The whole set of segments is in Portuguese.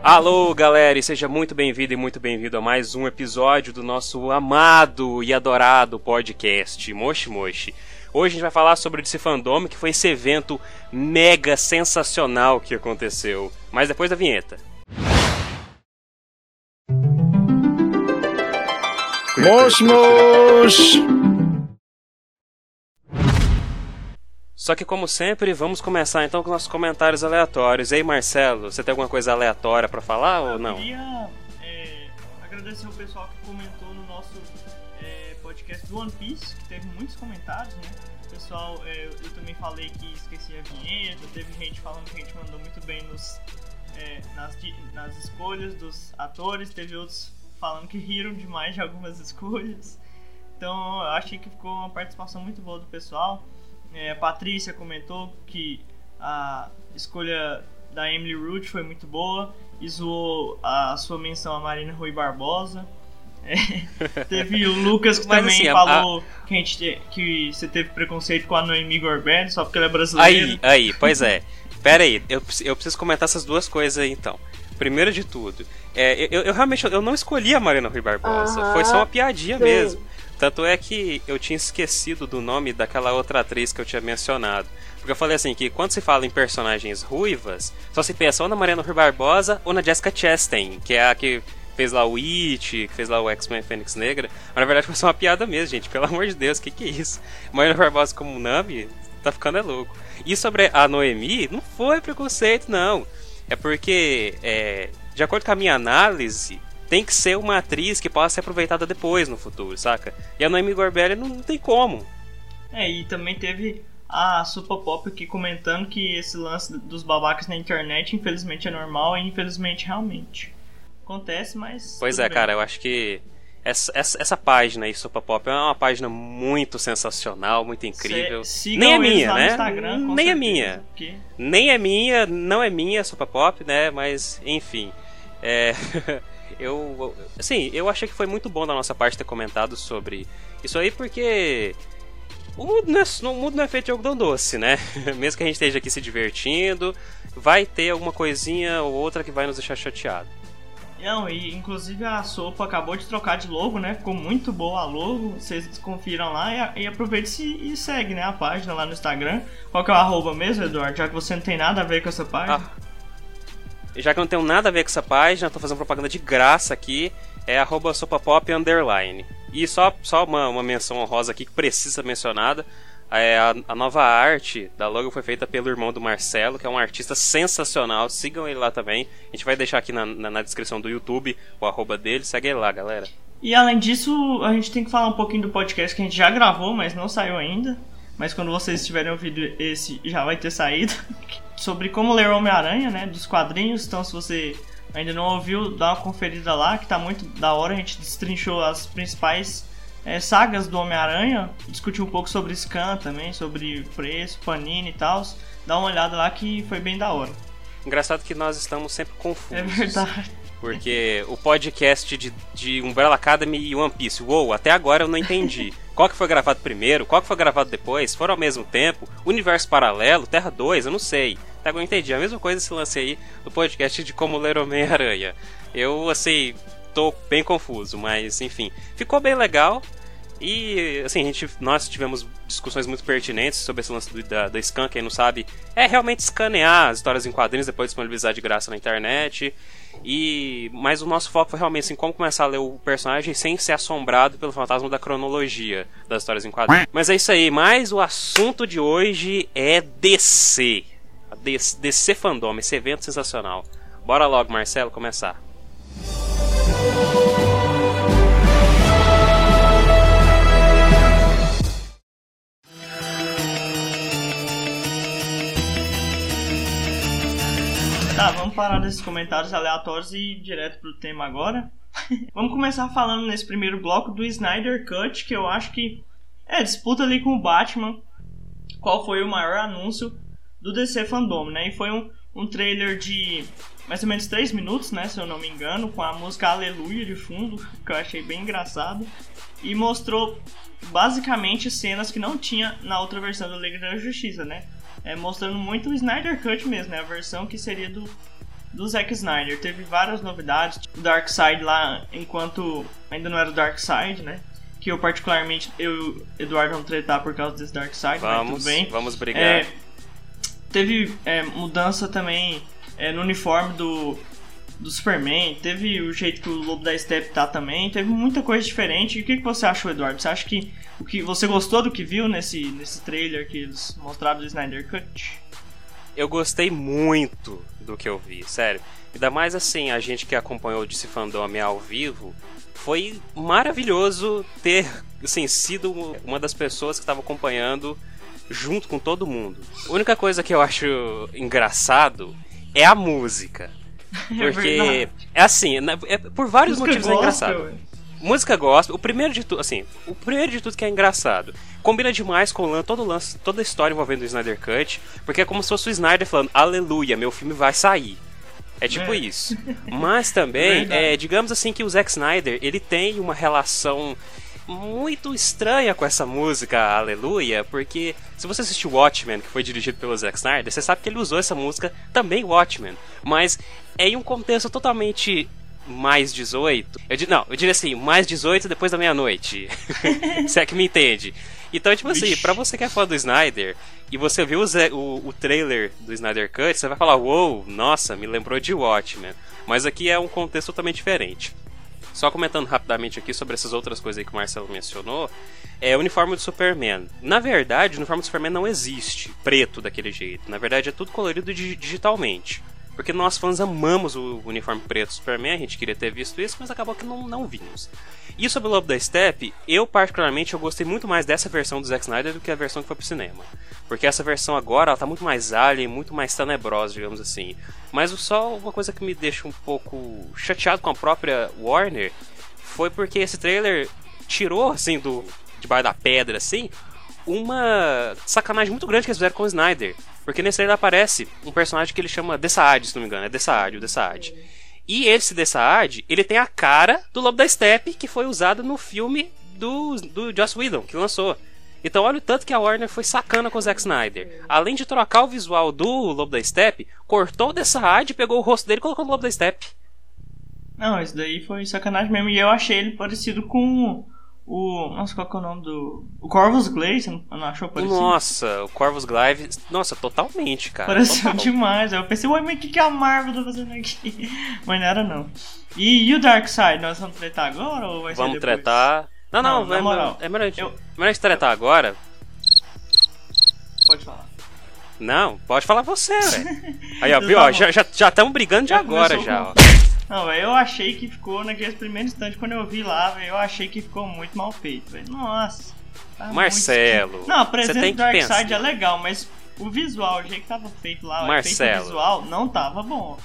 Alô, galera, e seja muito bem-vindo e muito bem-vindo a mais um episódio do nosso amado e adorado podcast Moshi Moshi. Hoje a gente vai falar sobre o DC Fandom, que foi esse evento mega sensacional que aconteceu. Mas depois da vinheta. Moshi Moshi! Só que, como sempre, vamos começar então com nossos comentários aleatórios. E aí, Marcelo, você tem alguma coisa aleatória pra falar ou não? Eu queria agradecer o pessoal que comentou no nosso podcast do One Piece, que teve muitos comentários, né? Pessoal, eu também falei que esqueci a vinheta, teve gente falando que a gente mandou muito bem nas escolhas dos atores, teve outros falando que riram demais de algumas escolhas. Então, eu achei que ficou uma participação muito boa do pessoal. A Patrícia comentou que a escolha da Emily Root foi muito boa e zoou a sua menção a Marina Rui Barbosa. Teve o Lucas que também assim, falou que você teve preconceito com a Noemi Gorbelli só porque ela é brasileira. Aí, pois é. Pera aí, eu preciso comentar essas duas coisas aí então. Primeiro de tudo, eu realmente não escolhi a Marina Rui Barbosa, foi só uma piadinha mesmo. Tanto é que eu tinha esquecido do nome daquela outra atriz que eu tinha mencionado. Porque eu falei assim, que quando se fala em personagens ruivas, só se pensa ou na Mariana Rui Barbosa ou na Jessica Chastain, que é a que fez lá o It, que fez lá o X-Men Fênix Negra. Mas na verdade foi só uma piada mesmo, gente. Pelo amor de Deus, que é isso? Mariana Rui Barbosa como Nami, tá ficando louco. E sobre a Noemi, não foi preconceito, não. É porque, de acordo com a minha análise, tem que ser uma atriz que possa ser aproveitada depois no futuro, saca? E a Noemi Gorbelli não tem como. E também teve a Super Pop aqui comentando que esse lance dos babacas na internet infelizmente é normal e infelizmente realmente acontece, mas... Pois é, cara, eu acho que essa página aí, Super Pop, é uma página muito sensacional, muito incrível. Nem é minha, né? Nem é minha. Nem é minha, não é minha Super Pop, né? Mas, enfim. Eu achei que foi muito bom da nossa parte ter comentado sobre isso aí, porque o mundo não é feito de algodão doce, né? Mesmo que a gente esteja aqui se divertindo, vai ter alguma coisinha ou outra que vai nos deixar chateado. Não, e inclusive a Sopa acabou de trocar de logo, né? Ficou muito boa a logo, vocês confiram lá e aproveite e segue, né, a página lá no Instagram. Qual que é o arroba mesmo, Eduardo? Já que você não tem nada a ver com essa página. Já que eu não tenho nada a ver com essa página, tô fazendo propaganda de graça aqui, é @sopapop_. E só uma menção honrosa aqui que precisa ser mencionada, a nova arte da logo foi feita pelo irmão do Marcelo, que é um artista sensacional, sigam ele lá também, a gente vai deixar aqui na descrição do YouTube o arroba dele, segue ele lá, galera. E além disso, a gente tem que falar um pouquinho do podcast que a gente já gravou, mas não saiu ainda, mas quando vocês tiverem ouvido esse, já vai ter saído. Sobre como ler Homem-Aranha, né, dos quadrinhos. Então se você ainda não ouviu, dá uma conferida lá, que tá muito da hora. A gente destrinchou as principais sagas do Homem-Aranha, discutiu um pouco sobre Scan também, sobre preço, Panini e tal. Dá uma olhada lá que foi bem da hora. Engraçado que nós estamos sempre confusos. É verdade. Porque o podcast de Umbrella Academy e One Piece, até agora eu não entendi. Qual que foi gravado primeiro, qual que foi gravado depois, foram ao mesmo tempo, universo paralelo, Terra 2, eu não sei. Até agora eu entendi. A mesma coisa esse lance aí do podcast de como ler Homem-Aranha. Eu, assim, tô bem confuso, mas enfim. Ficou bem legal. E, assim, nós tivemos discussões muito pertinentes sobre esse lance da Scan, quem não sabe, é realmente escanear as histórias em quadrinhos, depois disponibilizar de graça na internet. Mas o nosso foco foi realmente assim, como começar a ler o personagem sem ser assombrado pelo fantasma da cronologia das histórias em quadrinhos. Mas é isso aí, mas o assunto de hoje é DC. DC Fandom, esse evento sensacional. Bora logo, Marcelo, começar. Tá, vamos parar desses comentários aleatórios e ir direto pro tema agora. Vamos começar falando nesse primeiro bloco do Snyder Cut, que eu acho que disputa ali com o Batman qual foi o maior anúncio do DC Fandom, né? E foi um trailer de mais ou menos 3 minutos, né, se eu não me engano, com a música Aleluia de fundo, que eu achei bem engraçado. E mostrou basicamente cenas que não tinha na outra versão da Liga da Justiça, né? Mostrando muito o Snyder Cut mesmo, né? A versão que seria do Zack Snyder. Teve várias novidades. O Darkseid lá, enquanto ainda não era o Darkseid, né? Que eu particularmente, eu e o Eduardo vamos tretar por causa desse Darkseid, mas tudo bem. Vamos brigar. Teve mudança também no uniforme do Superman. Teve o jeito que o Lobo da Steppe tá também. Teve muita coisa diferente. E o que você achou, Eduardo? Você acha que você gostou do que viu nesse trailer que eles mostraram do Snyder Cut? Eu gostei muito do que eu vi, sério. Ainda mais assim, a gente que acompanhou o DC Fandom ao vivo, foi maravilhoso ter assim, sido uma das pessoas que estava acompanhando junto com todo mundo. A única coisa que eu acho engraçado é a música. Porque é assim, por vários motivos é engraçado. Música gospel, o primeiro de tudo que é engraçado. Combina demais com toda a história envolvendo o Snyder Cut, porque é como se fosse o Snyder falando: aleluia, meu filme vai sair. É tipo isso. Mas também, digamos assim que o Zack Snyder, ele tem uma relação muito estranha com essa música Aleluia, porque se você assistiu Watchmen, que foi dirigido pelo Zack Snyder, você sabe que ele usou essa música também Watchmen, mas é em um contexto totalmente mais 18. Eu diria assim, mais 18 depois da meia-noite. Se é que me entende. Então, tipo assim, pra você que é fã do Snyder e você viu o trailer do Snyder Cut, você vai falar: uou, nossa, me lembrou de Watchmen. Mas aqui é um contexto totalmente diferente. Só comentando rapidamente aqui sobre essas outras coisas aí que o Marcelo mencionou, o uniforme do Superman. Na verdade, o uniforme do Superman não existe preto daquele jeito. Na verdade, é tudo colorido digitalmente. Porque nós fãs amamos o uniforme preto do Superman, a gente queria ter visto isso, mas acabou que não vimos. E sobre o Lobo da Steppe, eu gostei muito mais dessa versão do Zack Snyder do que a versão que foi pro cinema. Porque essa versão agora, ela tá muito mais alien, muito mais tenebrosa, digamos assim. Mas só uma coisa que me deixa um pouco chateado com a própria Warner foi porque esse trailer tirou, assim, debaixo da pedra, assim, uma sacanagem muito grande que eles fizeram com o Snyder. Porque nesse trailer aparece um personagem que ele chama Desaad, se não me engano. É Desaad, o Desaad. E esse Desaad, ele tem a cara do Lobo da Steppe, que foi usado no filme do Joss Whedon, que lançou. Então olha o tanto que a Warner foi sacana com o Zack Snyder. Além de trocar o visual do Lobo da Steppe, cortou o Desaad, pegou o rosto dele e colocou no Lobo da Steppe. Não, isso daí foi sacanagem mesmo. E eu achei ele parecido com nossa, qual que é o nome o Corvus Glaive, você não achou parecido? Nossa, o Corvus Glaive, nossa, totalmente, cara. Pareceu demais. Eu pensei, ué, mas o que a Marvel tá fazendo aqui? Mas não era, não. E o Darkseid, nós vamos tretar agora ou vai ser vamos depois? Tretar. Não, na moral. É melhor a gente tretar agora. Pode falar. Não, pode falar você, velho. Aí, ó, viu, ó, já estamos brigando de agora, já, ó. Não, véio, eu achei que ficou naqueles primeiros instantes quando eu vi lá, véio, eu achei que ficou muito mal feito, velho. Nossa. Tá Marcelo. Não, a presença do Darkseid é legal, mas o visual, o jeito que tava feito lá, o efeito visual não tava bom.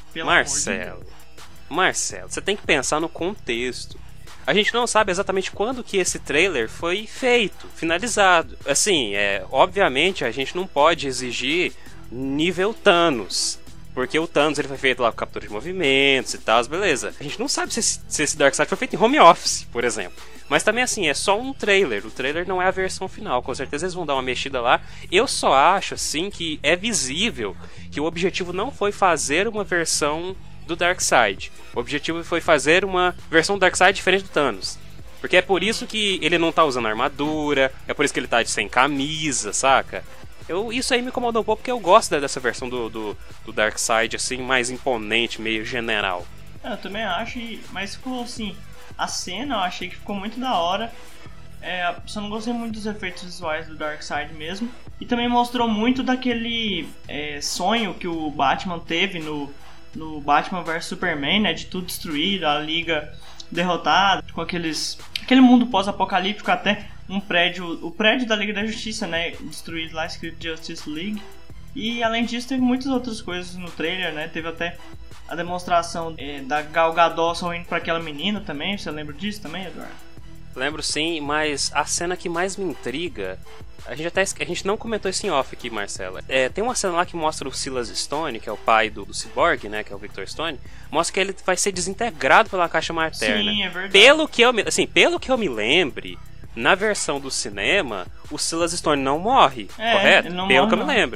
Marcelo, você tem que pensar no contexto. A gente não sabe exatamente quando que esse trailer foi feito, finalizado. Assim, obviamente a gente não pode exigir nível Thanos. Porque o Thanos ele foi feito lá com captura de movimentos e tal, beleza. A gente não sabe se esse Darkseid foi feito em home office, por exemplo. Mas também assim, é só um trailer. O trailer não é a versão final. Com certeza eles vão dar uma mexida lá. Eu só acho assim que é visível que o objetivo não foi fazer uma versão do Darkseid. O objetivo foi fazer uma versão do Darkseid diferente do Thanos. Porque é por isso que ele não tá usando armadura, é por isso que ele tá sem camisa, saca? Isso aí me incomodou um pouco, porque eu gosto dessa versão do Darkseid, assim, mais imponente, meio general. Eu também acho, mas ficou assim, a cena eu achei que ficou muito da hora. Só não gostei muito dos efeitos visuais do Darkseid mesmo. E também mostrou muito daquele sonho que o Batman teve no Batman vs Superman, né, de tudo destruído, a Liga derrotada, com aquele mundo pós-apocalíptico, até o prédio da Liga da Justiça, né, destruído lá, escrito Justice League. E além disso teve muitas outras coisas no trailer, né, teve até a demonstração da Gal Gadot sorrindo pra aquela menina também. Você lembra disso também, Eduardo? Lembro sim, mas a cena que mais me intriga, a gente não comentou isso em off aqui, Marcela. Tem uma cena lá que mostra o Silas Stone, que é o pai do Cyborg, né, que é o Victor Stone, mostra que ele vai ser desintegrado pela caixa materna. Sim, é verdade. Pelo que eu me lembre, na versão do cinema, o Silas Stone não morre, correto? Ele não Pelo morre, que eu me lembro.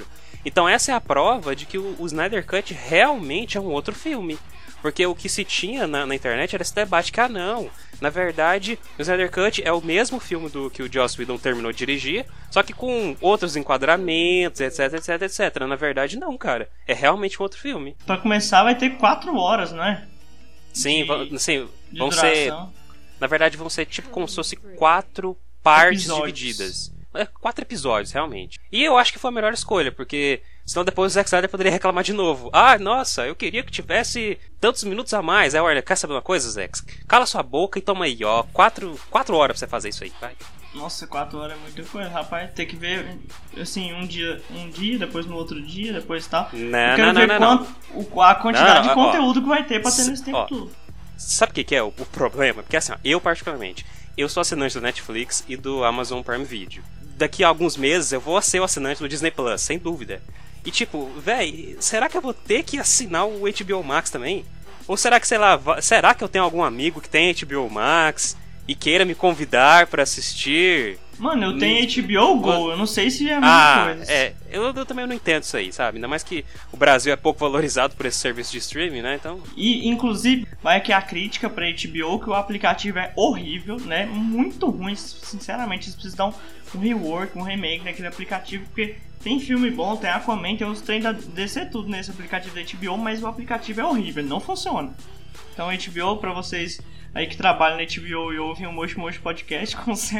Então essa é a prova de que o Snyder Cut realmente é um outro filme. Porque o que se tinha na internet era esse debate que, não, na verdade, o Snyder Cut é o mesmo filme que o Joss Whedon terminou de dirigir, só que com outros enquadramentos, etc, etc, etc. Na verdade, não, cara. É realmente um outro filme. Pra começar, vai ter 4 horas, não é? Sim, vão duração. ser... Na verdade, vão ser tipo como se fosse 4 partes divididas. 4 episódios, realmente. E eu acho que foi a melhor escolha, porque senão depois o Zack Snyder poderia reclamar de novo. Ah, nossa, eu queria que tivesse tantos minutos a mais. Aí, olha, quer saber uma coisa, Zack? Cala sua boca e toma aí, ó. 4 horas pra você fazer isso aí, vai. Nossa, 4 horas é muita coisa, rapaz. Tem que ver, assim, um dia, depois no outro dia, depois tal. Não. A quantidade de conteúdo que vai ter pra ter nesse tempo tudo. Sabe o que é o problema? Porque assim, ó, eu particularmente, eu sou assinante do Netflix e do Amazon Prime Video. Daqui a alguns meses eu vou ser o assinante do Disney Plus, sem dúvida. E tipo, véi, será que eu vou ter que assinar o HBO Max também? Ou será que, sei lá, será que eu tenho algum amigo que tem HBO Max e queira me convidar pra assistir? Mano, eu tenho HBO Go, eu não sei se é a mesma coisa. Eu também não entendo isso aí, sabe? Ainda mais que o Brasil é pouco valorizado por esse serviço de streaming, né? Então... E, inclusive, vai aqui a crítica pra HBO, que o aplicativo é horrível, né? Muito ruim, sinceramente, eles precisam dar um rework, um remake naquele aplicativo, porque tem filme bom, tem Aquaman, tem uns trem da DC tudo nesse aplicativo da HBO, mas o aplicativo é horrível, não funciona. Então, HBO, pra vocês aí que trabalham na HBO e ouvem o Moshi Moshi Podcast,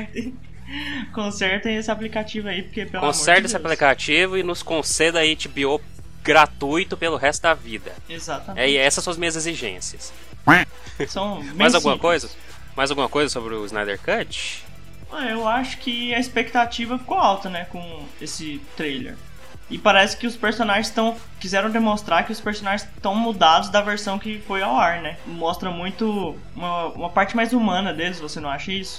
consertem esse aplicativo aí, porque pelo amor de Deus. Conserte esse aplicativo e nos conceda a HBO gratuito pelo resto da vida. Exatamente. Essas são as minhas exigências. São bem Mais alguma simples. coisa? Mais alguma coisa sobre o Snyder Cut? Eu acho que a expectativa ficou alta, né, com esse trailer. E parece que os personagens quiseram demonstrar que os personagens estão mudados da versão que foi ao ar, né? Mostra muito uma parte mais humana deles, você não acha isso?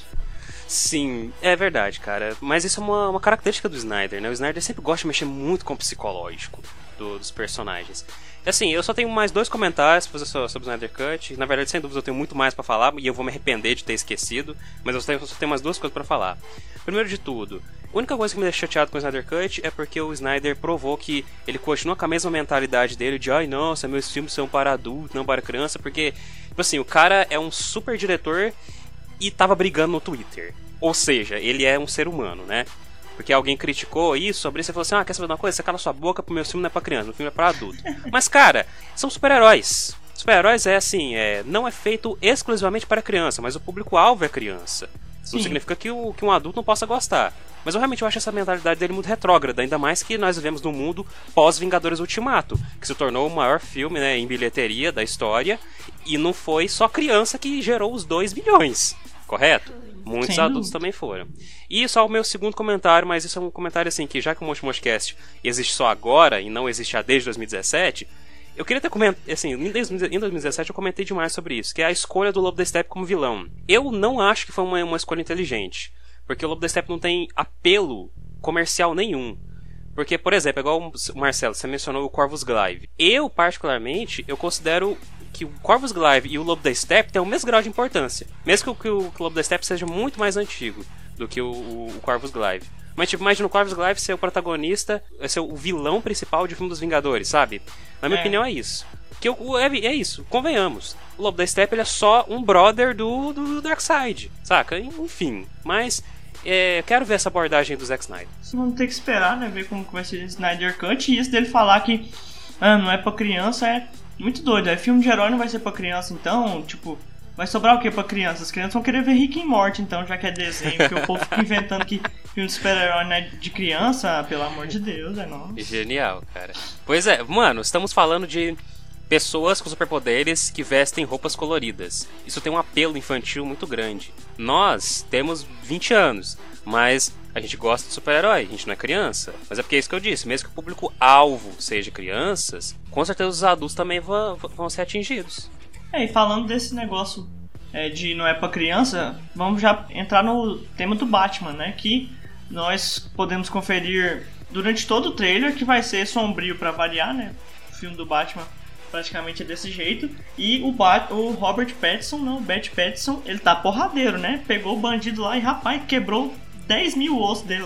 Sim, é verdade, cara. Mas isso é uma característica do Snyder, né? O Snyder sempre gosta de mexer muito com o psicológico dos personagens. Assim, eu só tenho mais 2 comentários pra fazer sobre o Snyder Cut. Na verdade, sem dúvida, eu tenho muito mais pra falar e eu vou me arrepender de ter esquecido. Mas eu só tenho mais 2 coisas pra falar. Primeiro de tudo, a única coisa que me deixa chateado com o Snyder Cut é porque o Snyder provou que ele continua com a mesma mentalidade dele de ai, nossa, meus filmes são para adulto, não para criança. Porque, tipo assim, o cara é um super diretor e tava brigando no Twitter. Ou seja, ele é um ser humano, né? Porque alguém criticou isso sobre isso e falou assim, quer saber de uma coisa? Você cala sua boca, pro meu filme não é pra criança, meu filme é pra adulto. Mas, cara, são super-heróis. Super-heróis é assim, não é feito exclusivamente para criança, mas o público-alvo é criança. Sim. Não significa que um adulto não possa gostar. Mas eu realmente acho essa mentalidade dele muito retrógrada, ainda mais que nós vivemos num mundo pós-Vingadores Ultimato, que se tornou o maior filme, né, em bilheteria da história, e não foi só criança que gerou os 2 bilhões, correto? Muitos adultos também foram. E só o meu segundo comentário, mas isso é um comentário assim, que já que o Moshi Moshicast existe só agora e não existe já desde 2017, eu queria ter comentado, assim, em 2017 eu comentei demais sobre isso, que é a escolha do Lobo da Steppe como vilão. Eu não acho que foi uma escolha inteligente, porque o Lobo da Steppe não tem apelo comercial nenhum. Porque, por exemplo, igual o Marcelo, você mencionou o Corvus Glaive. Eu, particularmente, eu considero que o Corvus Glaive e o Lobo da Steppe têm o mesmo grau de importância. Mesmo que o Lobo da Steppe seja muito mais antigo do que o Corvus Glaive. Mas, tipo, imagina o Corvus Glaive ser o protagonista, ser o vilão principal de filme dos Vingadores, sabe? Na minha opinião é isso. Que é isso, convenhamos. O Lobo da Steppe ele é só um brother do Darkseid, saca? Enfim, mas quero ver essa abordagem do Zack Snyder. Vamos ter que esperar, né? Ver como vai ser o Snyder Cut. E isso dele falar que não é pra criança é muito doido. Filme de herói não vai ser pra criança, então, tipo, vai sobrar o que pra criança? As crianças vão querer ver Rick e Morty, então, já que é desenho, porque o povo fica inventando que filme de super-herói não é de criança, pelo amor de Deus, nossa. Genial, cara. Pois é, mano, estamos falando de pessoas com superpoderes que vestem roupas coloridas. Isso tem um apelo infantil muito grande. Nós temos 20 anos, mas a gente gosta de super-herói, a gente não é criança. Mas é porque é isso que eu disse, mesmo que o público-alvo seja crianças, com certeza os adultos também vão ser atingidos. E falando desse negócio de não é pra criança, vamos já entrar no tema do Batman, né? Que nós podemos conferir durante todo o trailer, que vai ser sombrio pra variar, né? O filme do Batman praticamente é desse jeito. E o Robert Pattinson, não, o Bat Pattinson, ele tá porradeiro, né? Pegou o bandido lá e, rapaz, quebrou 10 mil ossos dele lá.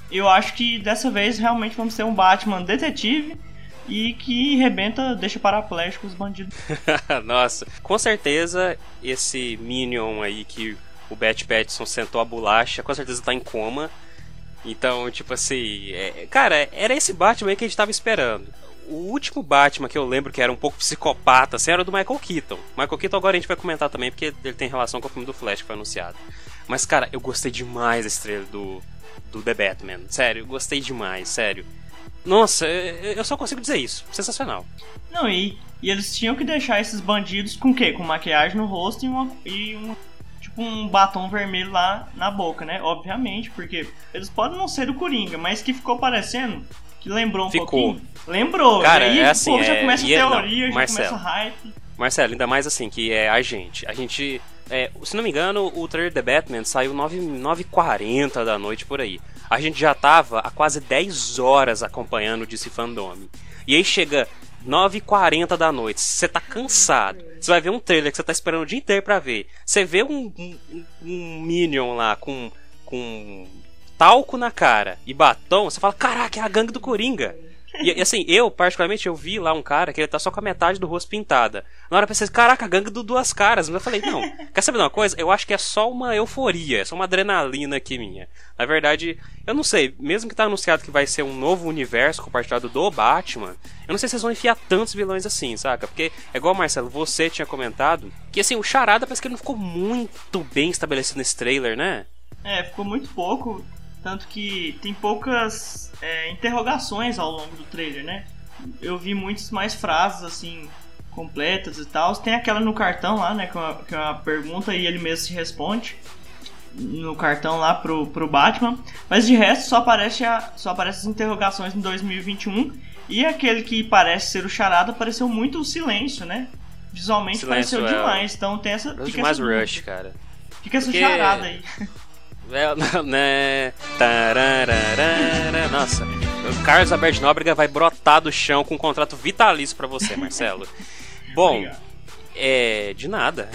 eu acho que dessa vez realmente vamos ter um Batman detetive e que rebenta, deixa paraplégico os bandidos. Nossa, com certeza esse Minion aí que o Bat Pattinson sentou a bolacha, com certeza tá em coma. Então, tipo assim, cara, era esse Batman aí que a gente tava esperando. O último Batman que eu lembro que era um pouco psicopata, assim, era o do Michael Keaton. Michael Keaton agora a gente vai comentar também, porque ele tem relação com o filme do Flash que foi anunciado. Mas, cara, eu gostei demais desse trailer do The Batman. Sério, eu gostei demais, sério. Nossa, eu só consigo dizer isso. Sensacional. Não, e eles tinham que deixar esses bandidos com o quê? Com maquiagem no rosto e um batom vermelho lá na boca, né? Obviamente, porque eles podem não ser do Coringa, mas que ficou parecendo, que lembrou um pouquinho. Lembrou. Cara, e aí é assim, já começa a teoria, não, já começa a hype. Marcelo, ainda mais assim, que é a gente, se não me engano, o trailer The Batman saiu 9h40 da noite por aí. A gente já tava há quase 10 horas acompanhando o DC Fandom. E aí chega 9h40 da noite, você tá cansado, você vai ver um trailer que você tá esperando o dia inteiro pra ver. Você vê um Minion lá com talco na cara e batom, você fala, caraca, é a gangue do Coringa. E assim, eu vi lá um cara que ele tá só com a metade do rosto pintada. Na hora eu pensei, caraca, a gangue do Duas Caras. Mas eu falei, não, quer saber de uma coisa? Eu acho que é só uma euforia, é só uma adrenalina aqui minha. Na verdade, eu não sei, mesmo que tá anunciado que vai ser um novo universo compartilhado do Batman, eu não sei se vocês vão enfiar tantos vilões assim, saca? Porque, é igual, Marcelo, você tinha comentado, que assim, o Charada parece que ele não ficou muito bem estabelecido nesse trailer, né? Ficou muito pouco. Tanto que tem poucas interrogações ao longo do trailer, né? Eu vi muitas mais frases, assim, completas e tal. Tem aquela no cartão lá, né? Que é uma pergunta e ele mesmo se responde no cartão lá pro Batman. Mas de resto só aparece as interrogações em 2021. E aquele que parece ser o Charada pareceu muito o Silêncio, né? Visualmente pareceu demais. Então tem essa... Fica demais o Rush, cara. Fica essa charada aí. Né? Nossa, o Carlos Alberto Nóbrega vai brotar do chão com um contrato vitalício pra você, Marcelo. Bom, de nada.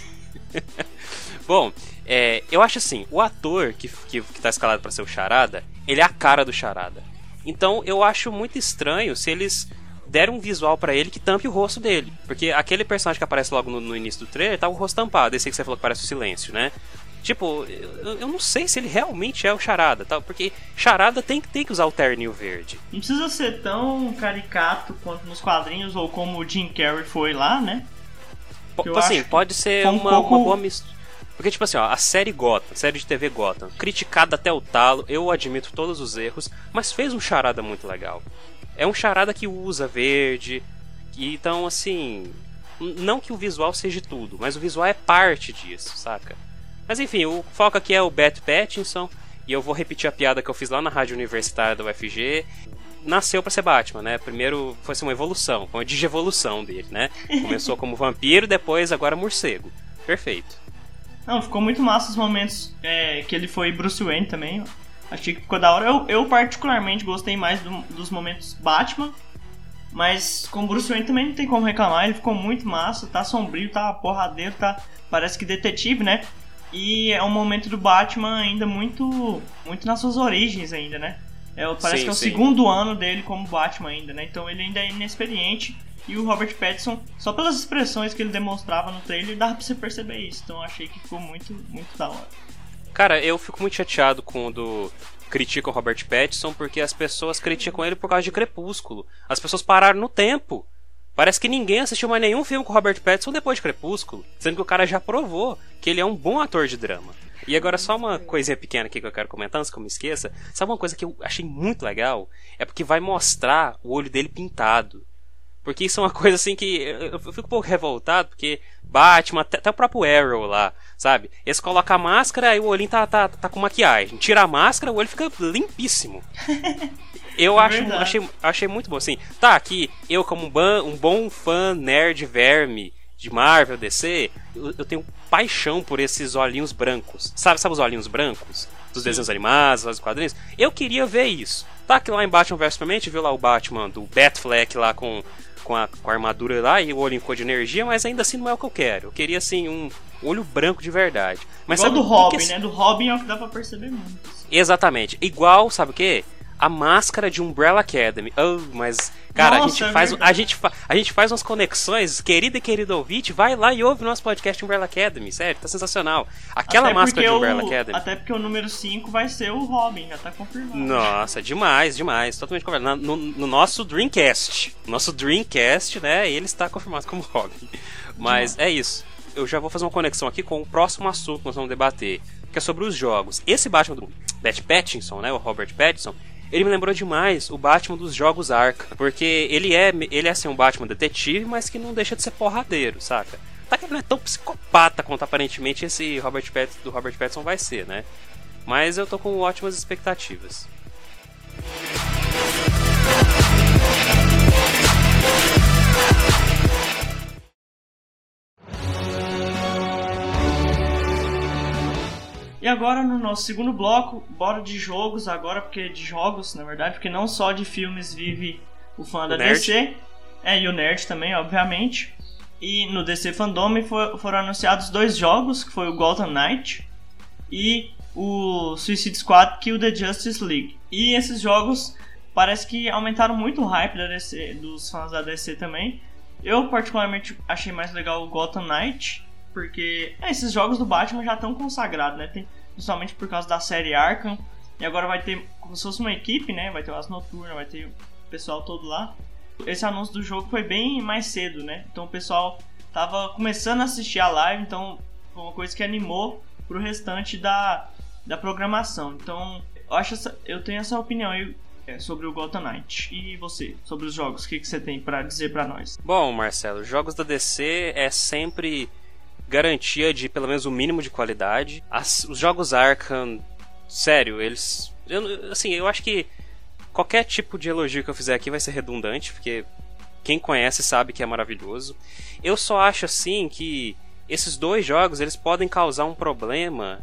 Bom, eu acho assim, o ator que tá escalado pra ser o Charada, ele é a cara do Charada. Então eu acho muito estranho se eles deram um visual pra ele que tampe o rosto dele. Porque aquele personagem que aparece logo no início do trailer tá o rosto tampado. Esse aí que você falou que parece o Silêncio, né? Tipo, eu não sei se ele realmente é o Charada, tá? Porque Charada tem que usar o terninho verde. Não precisa ser tão caricato quanto nos quadrinhos ou como o Jim Carrey foi lá, né? Assim, pode ser uma boa mistura. Porque, tipo assim, ó, a série Gotham, série de TV Gotham, criticada até o talo, eu admito todos os erros, mas fez um Charada muito legal. É um Charada que usa verde, então, assim, não que o visual seja tudo, mas o visual é parte disso, saca? Mas enfim, o foco aqui é o Bat Pattinson, e eu vou repetir a piada que eu fiz lá na rádio universitária da UFG. Nasceu pra ser Batman, né? Primeiro foi uma evolução, uma digievolução dele, né? Começou como vampiro, depois agora morcego. Perfeito. Não, ficou muito massa os momentos que ele foi Bruce Wayne também. Achei que ficou da hora. Eu particularmente gostei mais dos momentos Batman, mas com Bruce Wayne também não tem como reclamar. Ele ficou muito massa, tá sombrio, tá porradeiro, tá, parece que detetive, né? E é um momento do Batman ainda muito nas suas origens ainda, né? Parece que é o segundo ano dele como Batman ainda, né? Então ele ainda é inexperiente. E o Robert Pattinson, só pelas expressões que ele demonstrava no trailer, dava pra você perceber isso. Então eu achei que ficou muito, muito da hora. Cara, eu fico muito chateado quando criticam o Robert Pattinson, porque as pessoas criticam ele por causa de Crepúsculo. As pessoas pararam no tempo. Parece que ninguém assistiu mais nenhum filme com o Robert Pattinson depois de Crepúsculo, sendo que o cara já provou que ele é um bom ator de drama. E agora só uma coisinha pequena aqui que eu quero comentar antes que eu me esqueça. Sabe uma coisa que eu achei muito legal? É porque vai mostrar o olho dele pintado. Porque isso é uma coisa assim que eu fico um pouco revoltado, porque Batman, até o próprio Arrow lá, sabe? Eles colocam a máscara e o olhinho tá com maquiagem. Tira a máscara, o olho fica limpíssimo. Eu achei muito bom, assim. Tá, aqui, eu como um bom fã nerd verme de Marvel, DC, eu tenho paixão por esses olhinhos brancos. Sabe os olhinhos brancos? Dos desenhos animados, dos quadrinhos? Eu queria ver isso. Tá, que lá em Batman vs Superman, a gente viu lá o Batman do Batfleck lá com a armadura lá e o olho em cor de energia, mas ainda assim não é o que eu quero. Eu queria, assim, olho branco de verdade. Mas igual sabe do Robin, né? Do Robin é o que dá pra perceber muito. Exatamente. Igual, sabe o quê? A máscara de Umbrella Academy. Oh, mas, cara, Nossa, a gente faz umas conexões. Querido e querido ouvinte, vai lá e ouve o nosso podcast Umbrella Academy. Sério, tá sensacional. Aquela máscara de Umbrella Academy. Até porque o número 5 vai ser o Robin, já tá confirmado. Nossa, demais. Totalmente confirmado. No nosso Dreamcast. Nosso Dreamcast, né? Ele está confirmado como Robin. Mas é isso. Eu já vou fazer uma conexão aqui com o próximo assunto que nós vamos debater, que é sobre os jogos. Esse Batman do Pattinson, né? O Robert Pattinson. Ele me lembrou demais o Batman dos jogos Arkham, porque ele é assim, um Batman detetive, mas que não deixa de ser porradeiro, saca? Tá que ele não é tão psicopata quanto aparentemente esse Robert Pattinson vai ser, né? Mas eu tô com ótimas expectativas. E agora no nosso segundo bloco, bora de jogos agora, na verdade, porque não só de filmes vive o fã da DC, e o nerd também, obviamente. E no DC Fandom foram anunciados 2 jogos, que foi o Gotham Knight e o Suicide Squad Kill the Justice League. E esses jogos parece que aumentaram muito o hype da DC, dos fãs da DC também. Eu particularmente achei mais legal o Gotham Knight, porque esses jogos do Batman já estão consagrados, né? Principalmente por causa da série Arkham. E agora vai ter como se fosse uma equipe, né? Vai ter o Asa Noturna, vai ter o pessoal todo lá. Esse anúncio do jogo foi bem mais cedo, né? Então o pessoal tava começando a assistir a live, então foi uma coisa que animou pro restante da programação. Então eu tenho essa opinião aí sobre o Gotham Knight. E você, sobre os jogos, o que você tem pra dizer pra nós? Bom, Marcelo, jogos da DC é sempre garantia de pelo menos o mínimo de qualidade. Os jogos Arkham, sério, eles... Eu acho que qualquer tipo de elogio que eu fizer aqui vai ser redundante, porque quem conhece sabe que é maravilhoso. Eu só acho assim que esses 2 jogos eles podem causar um problema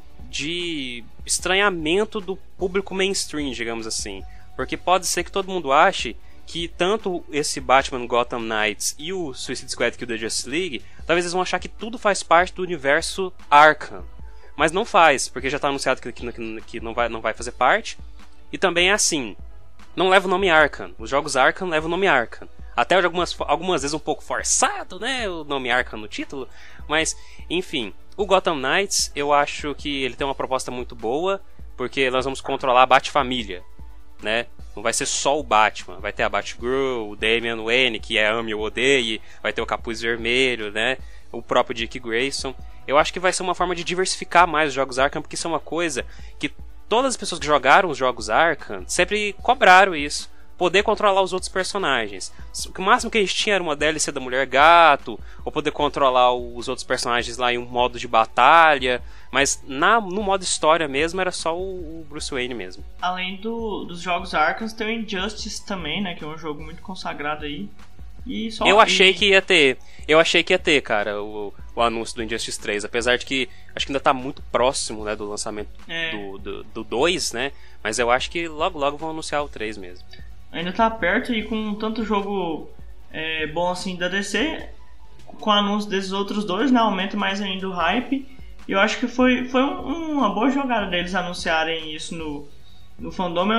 de estranhamento do público mainstream, digamos assim. Porque pode ser que todo mundo ache que tanto esse Batman Gotham Knights e o Suicide Squad Kill the Justice League, talvez eles vão achar que tudo faz parte do universo Arkham. Mas não faz, porque já está anunciado que não vai fazer parte. E também é assim, não leva o nome Arkham. Os jogos Arkham levam o nome Arkham. Até algumas vezes um pouco forçado, né, o nome Arkham no título. Mas, enfim, o Gotham Knights, eu acho que ele tem uma proposta muito boa, porque nós vamos controlar a Bat-família, né? Não vai ser só o Batman, vai ter a Batgirl, o Damian Wayne, que é ame ou odeie, vai ter o Capuz Vermelho, né? O próprio Dick Grayson. Eu acho que vai ser uma forma de diversificar mais os jogos Arkham, porque isso é uma coisa que todas as pessoas que jogaram os jogos Arkham sempre cobraram isso. Poder controlar os outros personagens. O máximo que a gente tinha era uma DLC da Mulher Gato, ou poder controlar os outros personagens lá em um modo de batalha, mas no modo história mesmo era só o Bruce Wayne mesmo. Além dos jogos Arkham, tem o Injustice também, né, que é um jogo muito consagrado aí. E só eu achei que ia ter, cara, o anúncio do Injustice 3, apesar de que acho que ainda tá muito próximo, né, do lançamento do 2, né, mas eu acho que logo vão anunciar o 3 mesmo. Ainda tá perto, e com tanto jogo bom assim da DC, com o anúncio desses outros 2, né, aumenta mais ainda o hype. E eu acho que foi uma boa jogada deles anunciarem isso no fandom. Eu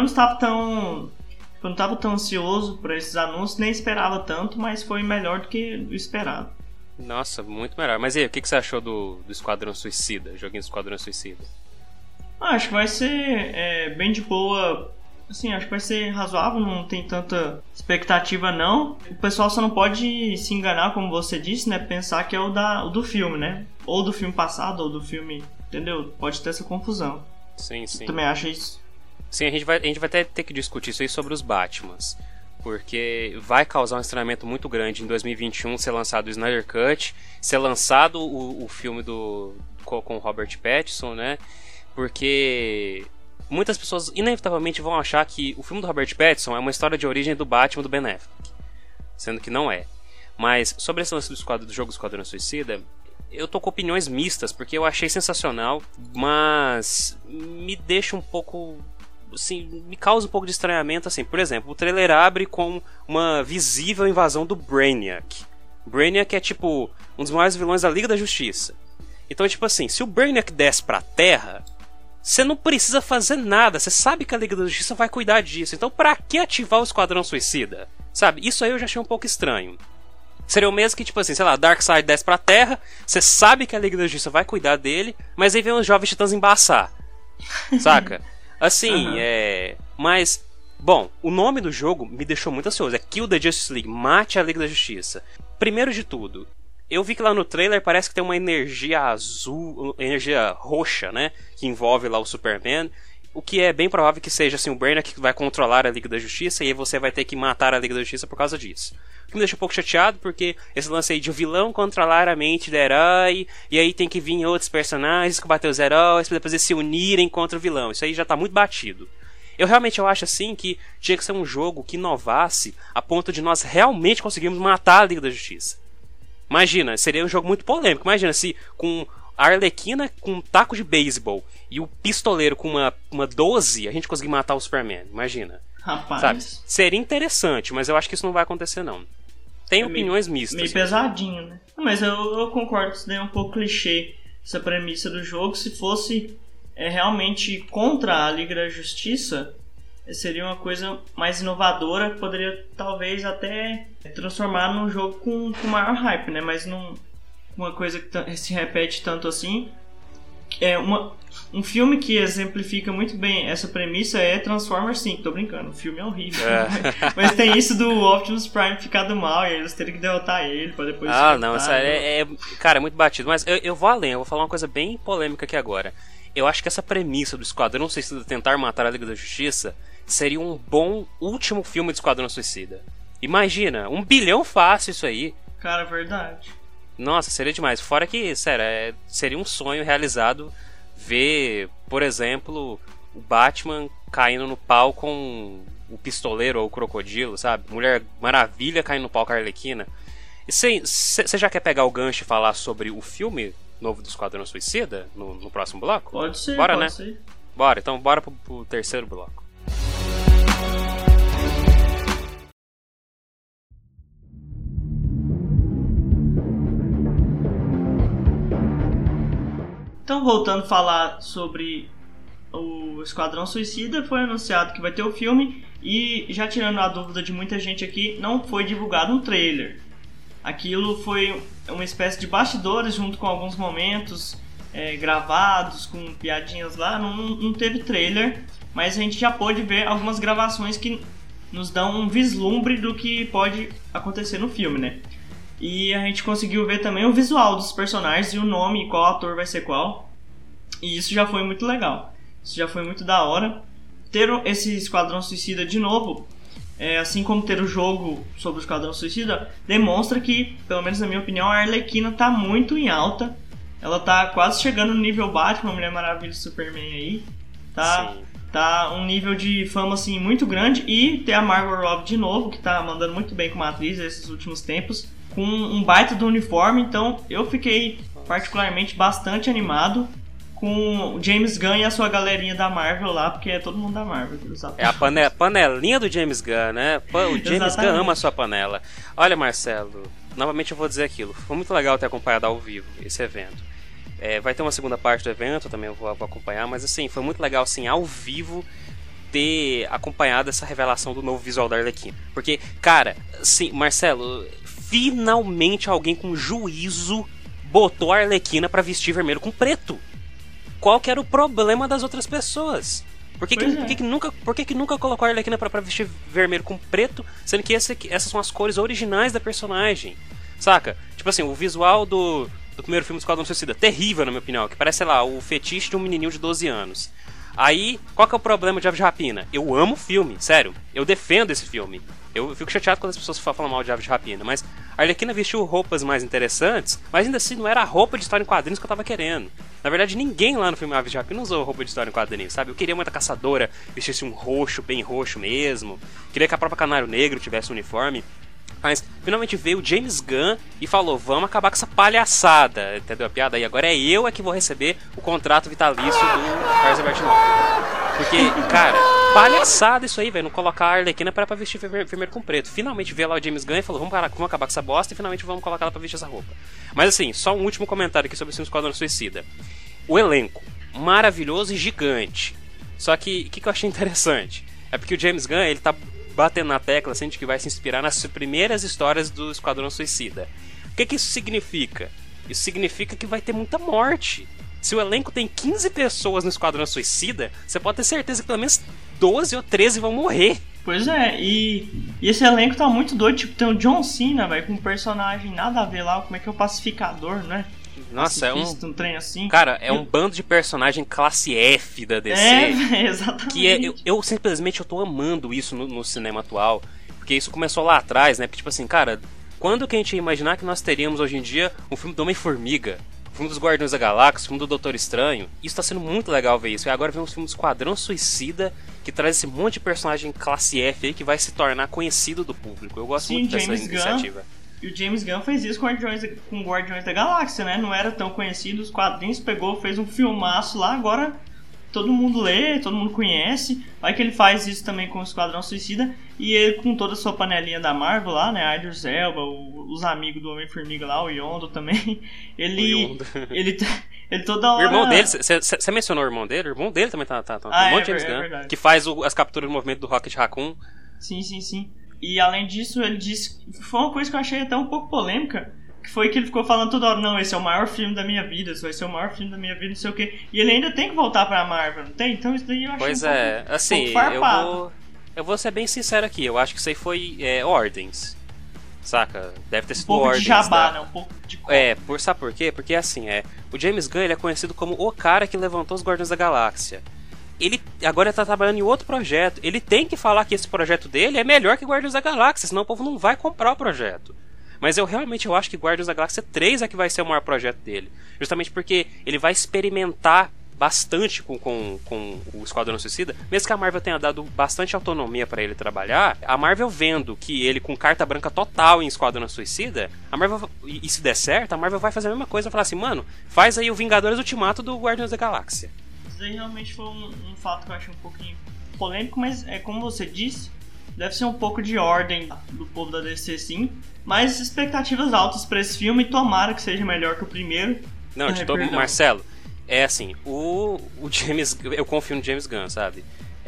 não estava tão ansioso por esses anúncios, nem esperava tanto, mas foi melhor do que o esperado. Nossa, muito melhor. Mas e aí, o que você achou do Esquadrão Suicida, joguinho do Esquadrão Suicida? Acho que vai ser bem de boa. Assim, acho que vai ser razoável, não tem tanta expectativa não. O pessoal só não pode se enganar, como você disse, né? Pensar que é o do filme, né? Ou do filme passado, ou do filme... Entendeu? Pode ter essa confusão. Sim. Eu também acho isso. Sim, a gente vai até ter que discutir isso aí sobre os Batmans. Porque vai causar um estranhamento muito grande em 2021 ser lançado o Snyder Cut, ser lançado o filme com o Robert Pattinson, né? Porque... muitas pessoas inevitavelmente vão achar que o filme do Robert Pattinson é uma história de origem do Batman do Ben Affleck, sendo que não é. Mas sobre esse lance do jogo Esquadrão Suicida, eu tô com opiniões mistas, porque eu achei sensacional, mas me deixa um pouco, assim, me causa um pouco de estranhamento, assim. Por exemplo, o trailer abre com uma visível invasão do Brainiac. Brainiac é tipo um dos maiores vilões da Liga da Justiça. Então, tipo assim, se o Brainiac desce pra Terra, você não precisa fazer nada. Você sabe que a Liga da Justiça vai cuidar disso. Então, pra que ativar o Esquadrão Suicida? Sabe? Isso aí eu já achei um pouco estranho. Seria o mesmo que, tipo assim, sei lá, Darkseid desce pra Terra, você sabe que a Liga da Justiça vai cuidar dele, mas aí vem os Jovens Titãs embaçar. Saca? Assim, Mas, bom, o nome do jogo me deixou muito ansioso. É Kill the Justice League, mate a Liga da Justiça. Primeiro de tudo, eu vi que lá no trailer parece que tem uma energia azul, energia roxa, né? Que envolve lá o Superman. O que é bem provável que seja assim, o Brainiac que vai controlar a Liga da Justiça e aí você vai ter que matar a Liga da Justiça por causa disso. O que me deixa um pouco chateado, porque esse lance aí de o vilão controlar a mente do herói, e aí tem que vir outros personagens combater os heróis, pra depois eles se unirem contra o vilão. Isso aí já tá muito batido. Eu realmente acho assim que tinha que ser um jogo que inovasse a ponto de nós realmente conseguirmos matar a Liga da Justiça. Imagina, seria um jogo muito polêmico. Imagina se com a Arlequina com um taco de beisebol e o pistoleiro com uma 12 a gente conseguir matar o Superman. Imagina. Rapaz. Sabe? Seria interessante, mas eu acho que isso não vai acontecer não. Tem opiniões mistas. Meio pesadinho, né? Mas eu concordo que isso daí é um pouco clichê, essa premissa do jogo. Se fosse realmente contra a Liga da Justiça, seria uma coisa mais inovadora, que poderia talvez até transformar num jogo com maior hype, né? Mas não uma coisa que se repete tanto assim. Um filme que exemplifica muito bem essa premissa é Transformers 5, tô brincando, o filme é horrível. Mas tem isso do Optimus Prime ficar do mal e eles terem que derrotar ele pra depois... não, isso cara, é muito batido. Mas eu vou além, eu vou falar uma coisa bem polêmica aqui agora. Eu acho que essa premissa do Esquadrão Suicida tentar matar a Liga da Justiça seria um bom último filme de Esquadrão Suicida. Imagina, 1 bilhão fácil isso aí. Cara, verdade. Nossa, seria demais. Fora que, sério, seria um sonho realizado ver, por exemplo, o Batman caindo no pau com o pistoleiro ou o crocodilo, sabe? Mulher Maravilha caindo no pau com a Arlequina. E você já quer pegar o gancho e falar sobre o filme novo do Esquadrão Suicida no próximo bloco? Pode ser, bora, pode né? ser. Bora, então bora pro terceiro bloco. Então, voltando a falar sobre o Esquadrão Suicida, foi anunciado que vai ter o filme e, já tirando a dúvida de muita gente aqui, não foi divulgado um trailer. Aquilo foi uma espécie de bastidores junto com alguns momentos gravados, com piadinhas lá, não teve trailer, mas a gente já pôde ver algumas gravações que nos dão um vislumbre do que pode acontecer no filme, né? E a gente conseguiu ver também o visual dos personagens e o nome e qual ator vai ser qual. E isso já foi muito legal. Isso já foi muito da hora. Ter esse Esquadrão Suicida de novo, assim como ter o jogo sobre o Esquadrão Suicida, demonstra que, pelo menos na minha opinião, a Arlequina tá muito em alta. Ela tá quase chegando no nível Batman, Mulher Maravilha e Superman aí. Tá um nível de fama assim, muito grande. E ter a Margot Robbie de novo, que tá mandando muito bem como atriz nesses últimos tempos, com um baita do uniforme. Então eu fiquei particularmente bastante animado com o James Gunn e a sua galerinha da Marvel lá, porque é todo mundo da Marvel. É a panelinha do James Gunn, né? O James Gunn ama a sua panela. Olha, Marcelo, novamente eu vou dizer aquilo. Foi muito legal ter acompanhado ao vivo esse evento. Vai ter uma segunda parte do evento, também eu vou acompanhar, mas assim, foi muito legal assim, ao vivo, ter acompanhado essa revelação do novo visual da Arlequina. Porque, cara, assim, Marcelo, finalmente alguém com juízo botou a Arlequina pra vestir vermelho com preto. Qual que era o problema das outras pessoas? Por que nunca colocou a Arlequina pra vestir vermelho com preto, sendo que essas são as cores originais da personagem? Saca? Tipo assim, o visual do primeiro filme do Esquadrão Suicida, terrível na minha opinião, que parece, sei lá, o fetiche de um menininho de 12 anos. Aí, qual que é o problema de Aves de Rapina? Eu amo o filme, sério, eu defendo esse filme. Eu fico chateado quando as pessoas falam mal de Aves de Rapina, mas a Arlequina vestiu roupas mais interessantes, mas ainda assim não era a roupa de história em quadrinhos que eu tava querendo. Na verdade, ninguém lá no filme Aves de Rapina usou roupa de história em quadrinhos, sabe? Eu queria muito a caçadora vestisse um roxo, bem roxo mesmo. Queria que a própria Canário Negro tivesse um uniforme. Mas finalmente veio o James Gunn e falou, vamos acabar com essa palhaçada, entendeu a piada? E agora é eu que vou receber o contrato vitalício do Carlos Alberto Novo. Porque, cara, palhaçada isso aí, velho, não colocar a Arlequina pra vestir vermelho com preto. Finalmente veio lá o James Gunn e falou, vamos acabar com essa bosta e finalmente vamos colocar ela pra vestir essa roupa. Mas assim, só um último comentário aqui sobre o filme Esquadrão Suicida. O elenco, maravilhoso e gigante. Só que, o que eu achei interessante? É porque o James Gunn, ele tá batendo na tecla assim, de que vai se inspirar nas primeiras histórias do Esquadrão Suicida. O que isso significa? Isso significa que vai ter muita morte. Se o elenco tem 15 pessoas no Esquadrão Suicida, você pode ter certeza que pelo menos 12 ou 13 vão morrer. Pois é, e esse elenco tá muito doido. Tipo, tem o John Cena, velho, com um personagem nada a ver lá, como é que é o Pacificador, né? Nossa, um trem assim. Cara, é um bando de personagem classe F da DC. Exatamente. Que eu simplesmente tô amando isso no cinema atual. Porque isso começou lá atrás, né? Porque, tipo assim, cara, quando que a gente ia imaginar que nós teríamos hoje em dia um filme do Homem-Formiga, um filme dos Guardiões da Galáxia, um filme do Doutor Estranho? Isso tá sendo muito legal ver isso. E agora vem um filme do Esquadrão Suicida, que traz esse monte de personagem classe F aí que vai se tornar conhecido do público. Eu gosto muito dessa iniciativa. E o James Gunn fez isso com Guardiões da Galáxia, né? Não era tão conhecido, os quadrinhos, pegou, fez um filmaço lá, agora todo mundo lê, todo mundo conhece. Vai que ele faz isso também com o Esquadrão Suicida. E ele com toda a sua panelinha da Marvel lá, né? Idris Elba, os amigos do Homem-Formiga lá, o Yondo também. Ele toda hora... O irmão dele, você mencionou o irmão dele? O irmão dele também tá o irmão de James Gunn, que faz as capturas de movimento do Rocket Raccoon. Sim. E além disso, ele disse... Foi uma coisa que eu achei até um pouco polêmica, que foi que ele ficou falando toda hora, não, esse é o maior filme da minha vida, esse vai ser o maior filme da minha vida, não sei o quê. E ele ainda tem que voltar pra Marvel, não tem? Então isso daí eu achei assim, farpado. Eu vou ser bem sincero aqui, eu acho que isso aí foi ordens, saca? Deve ter sido ordens. Um pouco ordens, de jabá, né? Um pouco de... sabe por quê? Porque assim, o James Gunn, ele é conhecido como o cara que levantou os Guardiões da Galáxia. Ele agora tá trabalhando em outro projeto. Ele tem que falar que esse projeto dele é melhor que Guardiões da Galáxia, senão o povo não vai comprar o projeto. Mas eu acho que Guardiões da Galáxia 3 é que vai ser o maior projeto dele. Justamente porque ele vai experimentar bastante com o Esquadrão Suicida. Mesmo que a Marvel tenha dado bastante autonomia pra ele trabalhar, a Marvel vendo que ele com carta branca total em Esquadrão Suicida, a Marvel, e se der certo, a Marvel vai fazer a mesma coisa. Vai falar assim, mano, faz aí o Vingadores Ultimato do Guardiões da Galáxia. Isso aí realmente foi um fato que eu achei um pouquinho polêmico, mas como você disse, deve ser um pouco de ordem do povo da DC, sim. Mas expectativas altas pra esse filme, tomara que seja melhor que o primeiro. Não, Marcelo, é assim, o James, eu confio no James Gunn, sabe?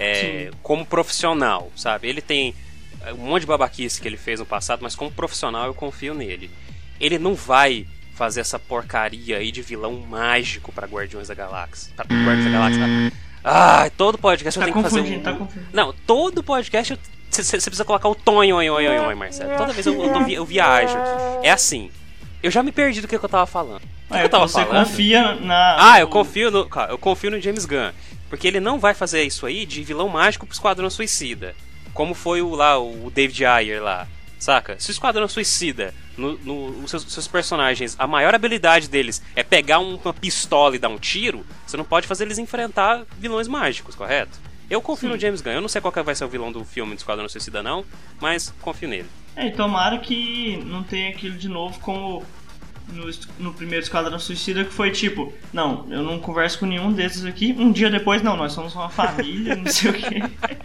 Como profissional, sabe? Ele tem um monte de babaquice que ele fez no passado, mas como profissional eu confio nele. Ele não vai fazer essa porcaria aí de vilão mágico pra Guardiões da Galáxia. Pra Guardiões da Galáxia. Todo podcast eu tenho que fazer Não, todo podcast você precisa colocar o tonho, Marcelo. Toda vez eu viajo aqui. É assim, eu já me perdi do que eu tava falando. Você confia na... Eu confio no James Gunn. Porque ele não vai fazer isso aí de vilão mágico pro Esquadrão Suicida. Como foi o David Ayer lá. Saca? Se o Esquadrão Suicida, os seus personagens, a maior habilidade deles é pegar uma pistola e dar um tiro, você não pode fazer eles enfrentar vilões mágicos, correto? Eu confio no James Gunn. Eu não sei qual que vai ser o vilão do filme do Esquadrão Suicida não, mas confio nele. E tomara que não tenha aquilo de novo como no primeiro Esquadrão Suicida, que foi tipo, não, eu não converso com nenhum desses aqui, um dia depois, não, nós somos uma família, não sei o quê.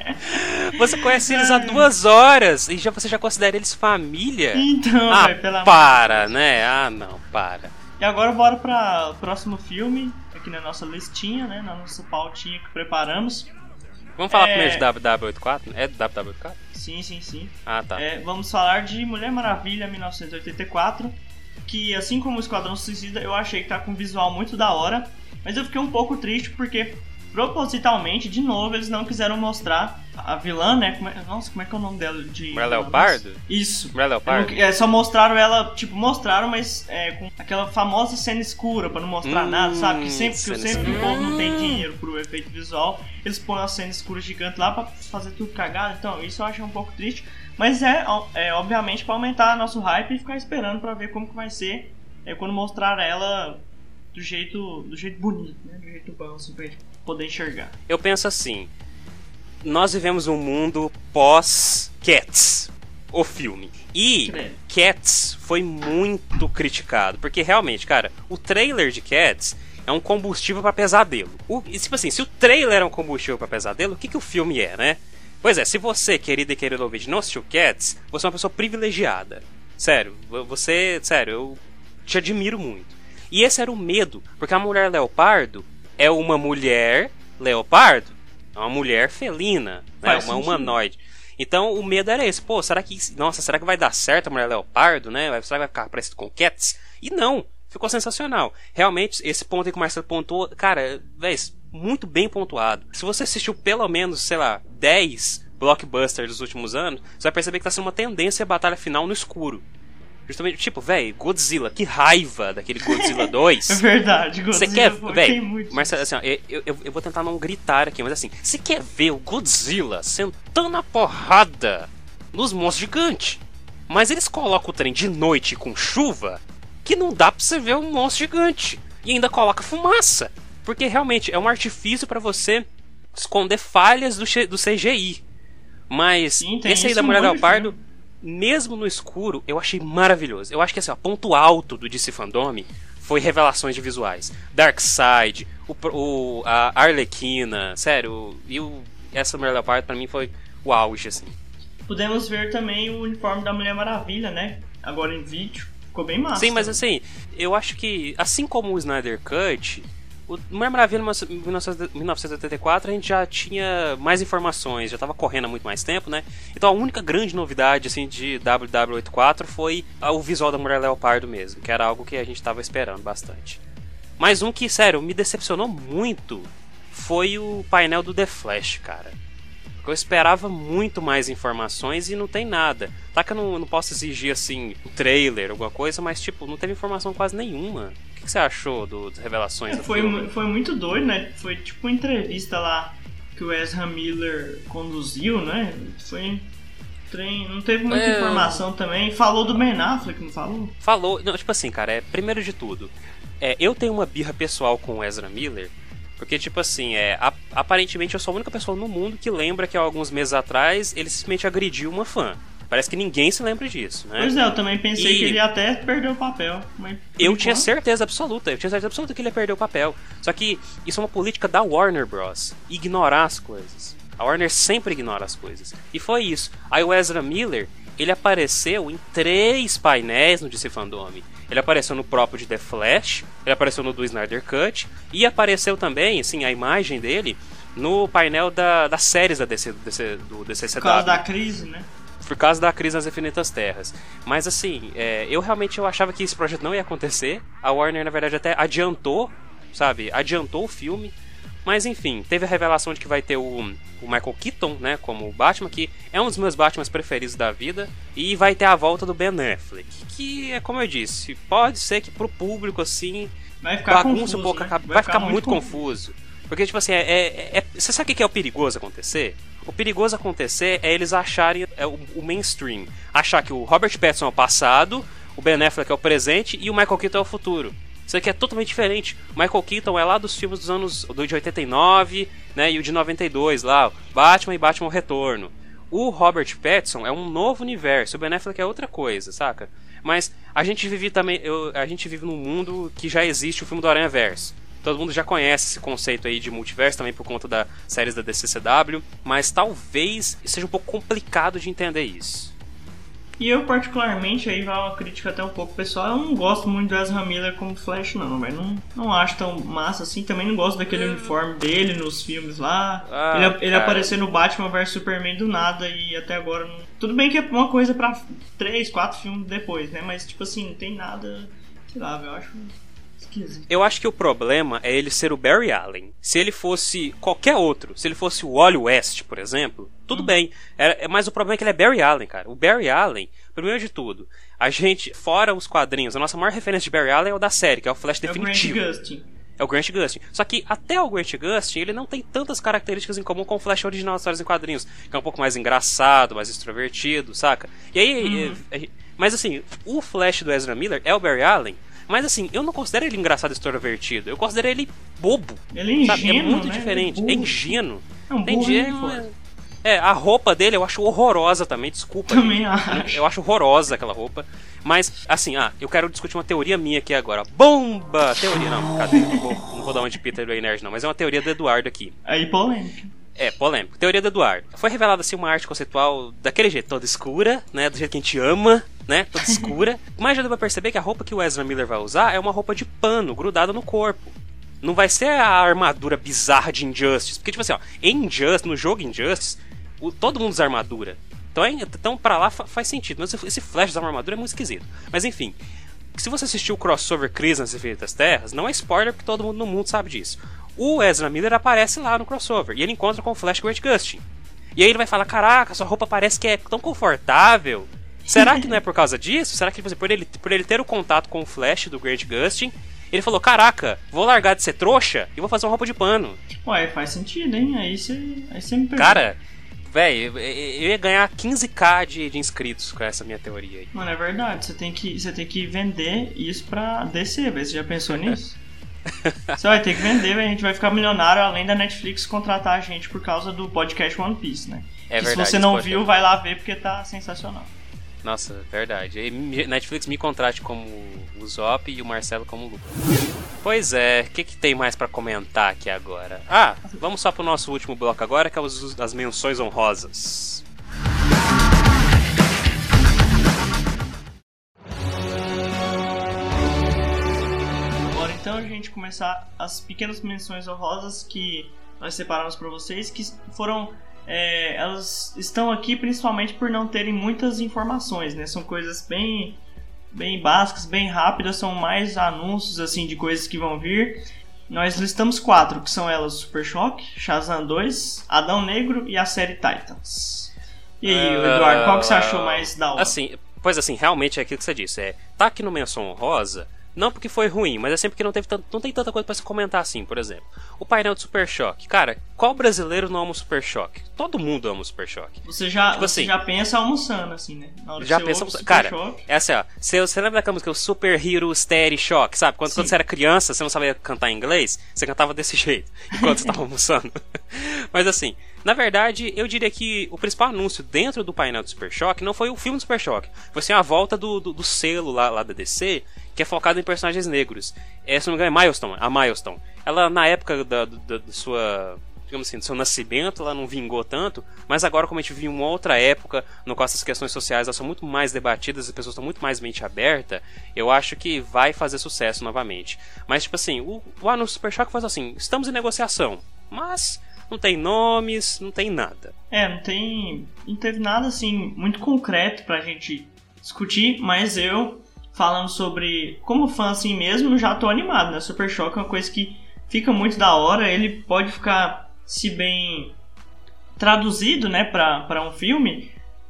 Você conhece eles há 2 horas e você já considera eles família? Então, pela para, né? Não, para. E agora bora para o próximo filme, aqui na nossa listinha, né, na nossa pautinha que preparamos. Vamos falar primeiro de WW84? É do WW84? Sim. Tá. Vamos falar de Mulher Maravilha 1984, que assim como o Esquadrão Suicida, eu achei que tá com um visual muito da hora, mas eu fiquei um pouco triste porque propositalmente, de novo, eles não quiseram mostrar a vilã, né? Como é que é o nome dela? Mulher Leopardo? Isso. Mulher Leopardo? Só mostraram ela, mostraram, mas com aquela famosa cena escura pra não mostrar nada, sabe? Que sempre o povo não tem dinheiro pro efeito visual, eles põem uma cena escura gigante lá pra fazer tudo cagado. Então, isso eu achei um pouco triste, mas obviamente pra aumentar nosso hype e ficar esperando pra ver como que vai ser quando mostrar ela do jeito bonito, né? Do jeito bom, assim, pra gente poder enxergar. Eu penso assim, nós vivemos um mundo pós-Cats, o filme. E Cats foi muito criticado, porque realmente, cara, o trailer de Cats é um combustível pra pesadelo. Tipo assim, se o trailer é um combustível pra pesadelo, o que o filme é, né? Pois é, se você, querido e querido ouvinte, não assistiu Cats, você é uma pessoa privilegiada. Sério, eu te admiro muito. E esse era o medo, porque a mulher leopardo é uma mulher leopardo, é uma mulher felina, né? Uma humanoide. Então o medo era esse, pô, será que vai dar certo a mulher leopardo, né? Será que vai ficar parecido com Cats? E não, ficou sensacional. Realmente, esse ponto aí que o Marcelo pontuou, cara, véi, muito bem pontuado. Se você assistiu pelo menos, sei lá, 10 blockbusters dos últimos anos, você vai perceber que tá sendo uma tendência a batalha final no escuro. Justamente, tipo, velho, Godzilla, que raiva daquele Godzilla 2. É verdade, Godzilla. Você quer, velho, mas assim, ó, eu vou tentar não gritar aqui, mas assim, você quer ver o Godzilla sentando a porrada nos monstros gigantes, mas eles colocam o trem de noite com chuva, que não dá pra você ver um monstro gigante. E ainda coloca fumaça, porque realmente é um artifício pra você esconder falhas do CGI. Mas sim, esse aí da Mulher Leopardo, mesmo no escuro, eu achei maravilhoso. Eu acho que assim, ó, ponto alto do DC Fandom foi revelações de visuais. Darkseid, a Arlequina, sério, essa Mulher Leopardo pra mim foi o auge, assim. Podemos ver também o uniforme da Mulher Maravilha, né? Agora em vídeo. Ficou bem massa. Sim, mas assim, eu acho que, assim como o Snyder Cut, o Mulher Maravilha em 1984 a gente já tinha mais informações, já tava correndo há muito mais tempo, né? Então a única grande novidade assim, de WW84 foi o visual da Mulher Leopardo mesmo, que era algo que a gente tava esperando bastante. Mas um que, sério, me decepcionou muito foi o painel do The Flash, cara. Eu esperava muito mais informações e não tem nada. Tá que eu não posso exigir assim um trailer, alguma coisa, mas tipo, não teve informação quase nenhuma. O que você achou das revelações do filme? Foi muito doido, né? Foi tipo uma entrevista lá que o Ezra Miller conduziu, né? Não teve muita informação também. Falou do Ben Affleck, não falou? Falou. Não, tipo assim, cara, primeiro de tudo, eu tenho uma birra pessoal com o Ezra Miller, porque, tipo assim, aparentemente eu sou a única pessoa no mundo que lembra que há alguns meses atrás ele simplesmente agrediu uma fã. Parece que ninguém se lembra disso, né? Pois é, eu também pensei que ele até perdeu o papel. Mas eu tinha certeza absoluta que ele ia perder o papel. Só que isso é uma política da Warner Bros. Ignorar as coisas. A Warner sempre ignora as coisas. E foi isso. Aí o Ezra Miller, ele apareceu em 3 painéis no DC Fandom. Ele apareceu no próprio de The Flash, ele apareceu no do Snyder Cut, e apareceu também, assim, a imagem dele no painel das séries da DC, do DCCW. Por causa da crise, né? Por causa da crise nas Infinitas Terras. Mas assim, eu realmente achava que esse projeto não ia acontecer. A Warner, na verdade, até adiantou, sabe? Adiantou o filme. Mas enfim, teve a revelação de que vai ter o Michael Keaton, né, como o Batman, que é um dos meus Batmans preferidos da vida. E vai ter a volta do Ben Affleck, que é como eu disse, pode ser que pro público, assim, vai ficar bagunça confuso, um pouco, né? vai ficar muito confuso. Porque, tipo assim, você sabe o que é o perigoso acontecer? O perigoso acontecer é eles acharem o mainstream. Achar que o Robert Pattinson é o passado, o Ben Affleck é o presente e o Michael Keaton é o futuro. Isso aqui é totalmente diferente. O Michael Keaton é lá dos filmes dos anos de 89, né, e o de 92 lá, Batman e Batman o Retorno. O Robert Pattinson é um novo universo, o Ben Affleck é outra coisa, saca? Mas a gente vive num mundo que já existe o filme do Aranhaverso. Todo mundo já conhece esse conceito aí de multiverso também por conta das séries da DCCW, mas talvez seja um pouco complicado de entender isso. E eu particularmente, aí vai uma crítica até um pouco pessoal, eu não gosto muito do Ezra Miller como Flash não, velho. Não acho tão massa assim, também não gosto daquele uniforme dele nos filmes lá. Ele aparecer no Batman vs Superman do nada e até agora não... Tudo bem que é uma coisa pra 3, 4 filmes depois, né? Mas tipo assim, não tem nada, sei lá, velho, eu acho... Eu acho que o problema é ele ser o Barry Allen. Se ele fosse qualquer outro, se ele fosse o Wally West, por exemplo, tudo bem. Mas o problema é que ele é Barry Allen, cara. O Barry Allen, primeiro de tudo, a gente, fora os quadrinhos, a nossa maior referência de Barry Allen é o da série, que é o Flash definitivo. É o Grant Gustin. Só que até o Grant Gustin, ele não tem tantas características em comum com o Flash original das histórias em quadrinhos, que é um pouco mais engraçado, mais extrovertido, saca? E aí, mas assim, o Flash do Ezra Miller é o Barry Allen. Mas assim, eu não considero ele engraçado e extrovertido. Eu considero ele bobo. Ele é ingênuo, sabe? É muito né? diferente. É ingênuo. É um burro. A roupa dele eu acho horrorosa também, desculpa. Também acho. Eu acho horrorosa aquela roupa. Mas, assim, eu quero discutir uma teoria minha aqui agora. Bomba! Teoria, não, cadê? Não vou dar uma de Peter Ray Nerd, não. Mas é uma teoria do Eduardo aqui. Aí, polêmica. Polêmico. Teoria do Eduardo. Foi revelada, assim, uma arte conceitual daquele jeito, toda escura, né? Do jeito que a gente ama, né? Toda escura. Mas já deu pra perceber que a roupa que o Ezra Miller vai usar é uma roupa de pano, grudada no corpo. Não vai ser a armadura bizarra de Injustice. Porque, tipo assim, em Injustice, no jogo Injustice, todo mundo usa armadura. Então pra lá faz sentido. Mas esse Flash usar uma armadura é muito esquisito. Mas enfim, se você assistiu o crossover Crise nas Infinitas Terras, não é spoiler porque todo mundo no mundo sabe disso. O Ezra Miller aparece lá no crossover e ele encontra com o Flash Grant Gustin. E aí ele vai falar, caraca, sua roupa parece que é tão confortável. Será que não é por causa disso? Será que por ele ter o contato com o Flash do Grant Gustin, ele falou, caraca, vou largar de ser trouxa e vou fazer uma roupa de pano. Ué, faz sentido, hein? Aí você me pergunta. Cara, velho, eu ia ganhar 15k de inscritos com essa minha teoria aí. Mano, é verdade. Você tem que vender isso pra DC, velho. Você já pensou nisso? Você vai ter que vender, velho. A gente vai ficar milionário além da Netflix contratar a gente por causa do podcast One Piece, né? É verdade. Se você não viu, vai lá ver porque tá sensacional. Nossa, verdade. E Netflix me contrate como o Zop e o Marcelo como o Lucas. Pois é, o que tem mais pra comentar aqui agora? Vamos só pro nosso último bloco agora, que é as menções honrosas. Agora então a gente começar as pequenas menções honrosas que nós separamos pra vocês, que foram... elas estão aqui principalmente por não terem muitas informações, né? São coisas bem básicas, bem rápidas, são mais anúncios assim de coisas que vão vir. Nós listamos 4, que são elas: Super Choque, Shazam 2, Adão Negro e a série Titans. E aí, Eduardo, qual que você achou mais da hora? Assim, realmente é aquilo que você disse. Tá aqui no menção honrosa, não porque foi ruim, mas é sempre porque não tem tanta coisa pra se comentar assim. Por exemplo, o painel de Super Choque. Cara, qual brasileiro não ama o Super Choque? Todo mundo ama o Super Choque. Você já pensa almoçando, assim, né? Na hora já que pensa Super cara, Choque. é assim, ó. Você lembra daquela música, o Super Hero Steady Shock, sabe? Quando você era criança, você não sabia cantar em inglês, você cantava desse jeito, enquanto você tava almoçando. Mas assim, na verdade, eu diria que o principal anúncio dentro do painel do Super Choque não foi o filme do Super Choque. Foi assim, a volta do selo lá da DC, que é focado em personagens negros. Se não me engano, é a Milestone. Ela, na época da sua, digamos assim, do seu nascimento, ela não vingou tanto, mas agora, como a gente viu em uma outra época, no qual essas questões sociais elas são muito mais debatidas, as pessoas estão muito mais mente aberta, eu acho que vai fazer sucesso novamente. Mas, tipo assim, o anúncio do Super Choque foi assim, estamos em negociação, mas não tem nomes, não tem nada. Não teve nada, assim, muito concreto pra gente discutir, mas falando sobre, como fã assim mesmo, já tô animado, né? Super Choque é uma coisa que fica muito da hora, ele pode ficar, se bem traduzido, né, pra um filme,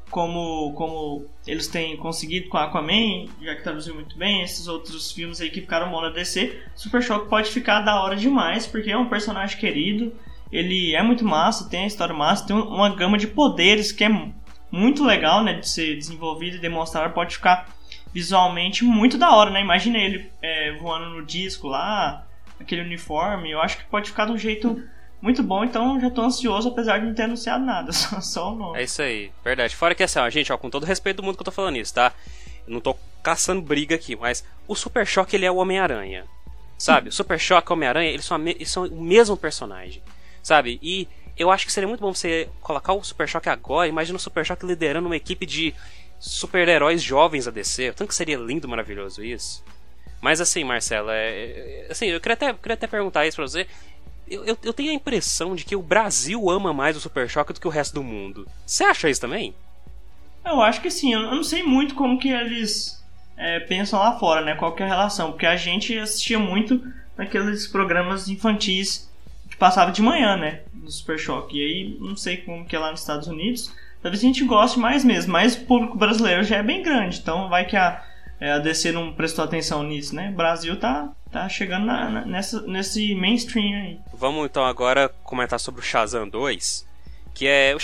como eles têm conseguido com Aquaman, já que traduziu muito bem, esses outros filmes aí que ficaram bom na DC, Super Choque pode ficar da hora demais, porque é um personagem querido, ele é muito massa, tem a história massa, tem uma gama de poderes que é muito legal, né, de ser desenvolvido e demonstrado, pode ficar visualmente muito da hora, né? Imagina ele voando no disco lá, aquele uniforme. Eu acho que pode ficar de um jeito muito bom, então já tô ansioso, apesar de não ter anunciado nada, só o nome. É isso aí, verdade. Fora que assim, gente, com todo respeito do mundo que eu tô falando isso, tá? Eu não tô caçando briga aqui, mas o Super Choque, ele é o Homem-Aranha, sabe? O Super Choque e o Homem-Aranha, eles são o mesmo personagem, sabe? E eu acho que seria muito bom você colocar o Super Choque agora. Imagina o Super Choque liderando uma equipe de super-heróis jovens a DC. Tanto que seria lindo, maravilhoso isso. Mas assim, Marcelo, assim, eu queria até perguntar isso pra você. Eu tenho a impressão de que o Brasil ama mais o Super Choque do que o resto do mundo. Você acha isso também? Eu acho que sim. Eu não sei muito como que eles pensam lá fora, né? Qual que é a relação. Porque a gente assistia muito naqueles programas infantis que passava de manhã, né? No Super Choque. E aí, não sei como que é lá nos Estados Unidos. Talvez a gente goste mais mesmo, mas o público brasileiro já é bem grande, então vai que a DC não prestou atenção nisso, né? O Brasil tá chegando nesse mainstream aí. Vamos então agora comentar sobre o Shazam 2, que é... O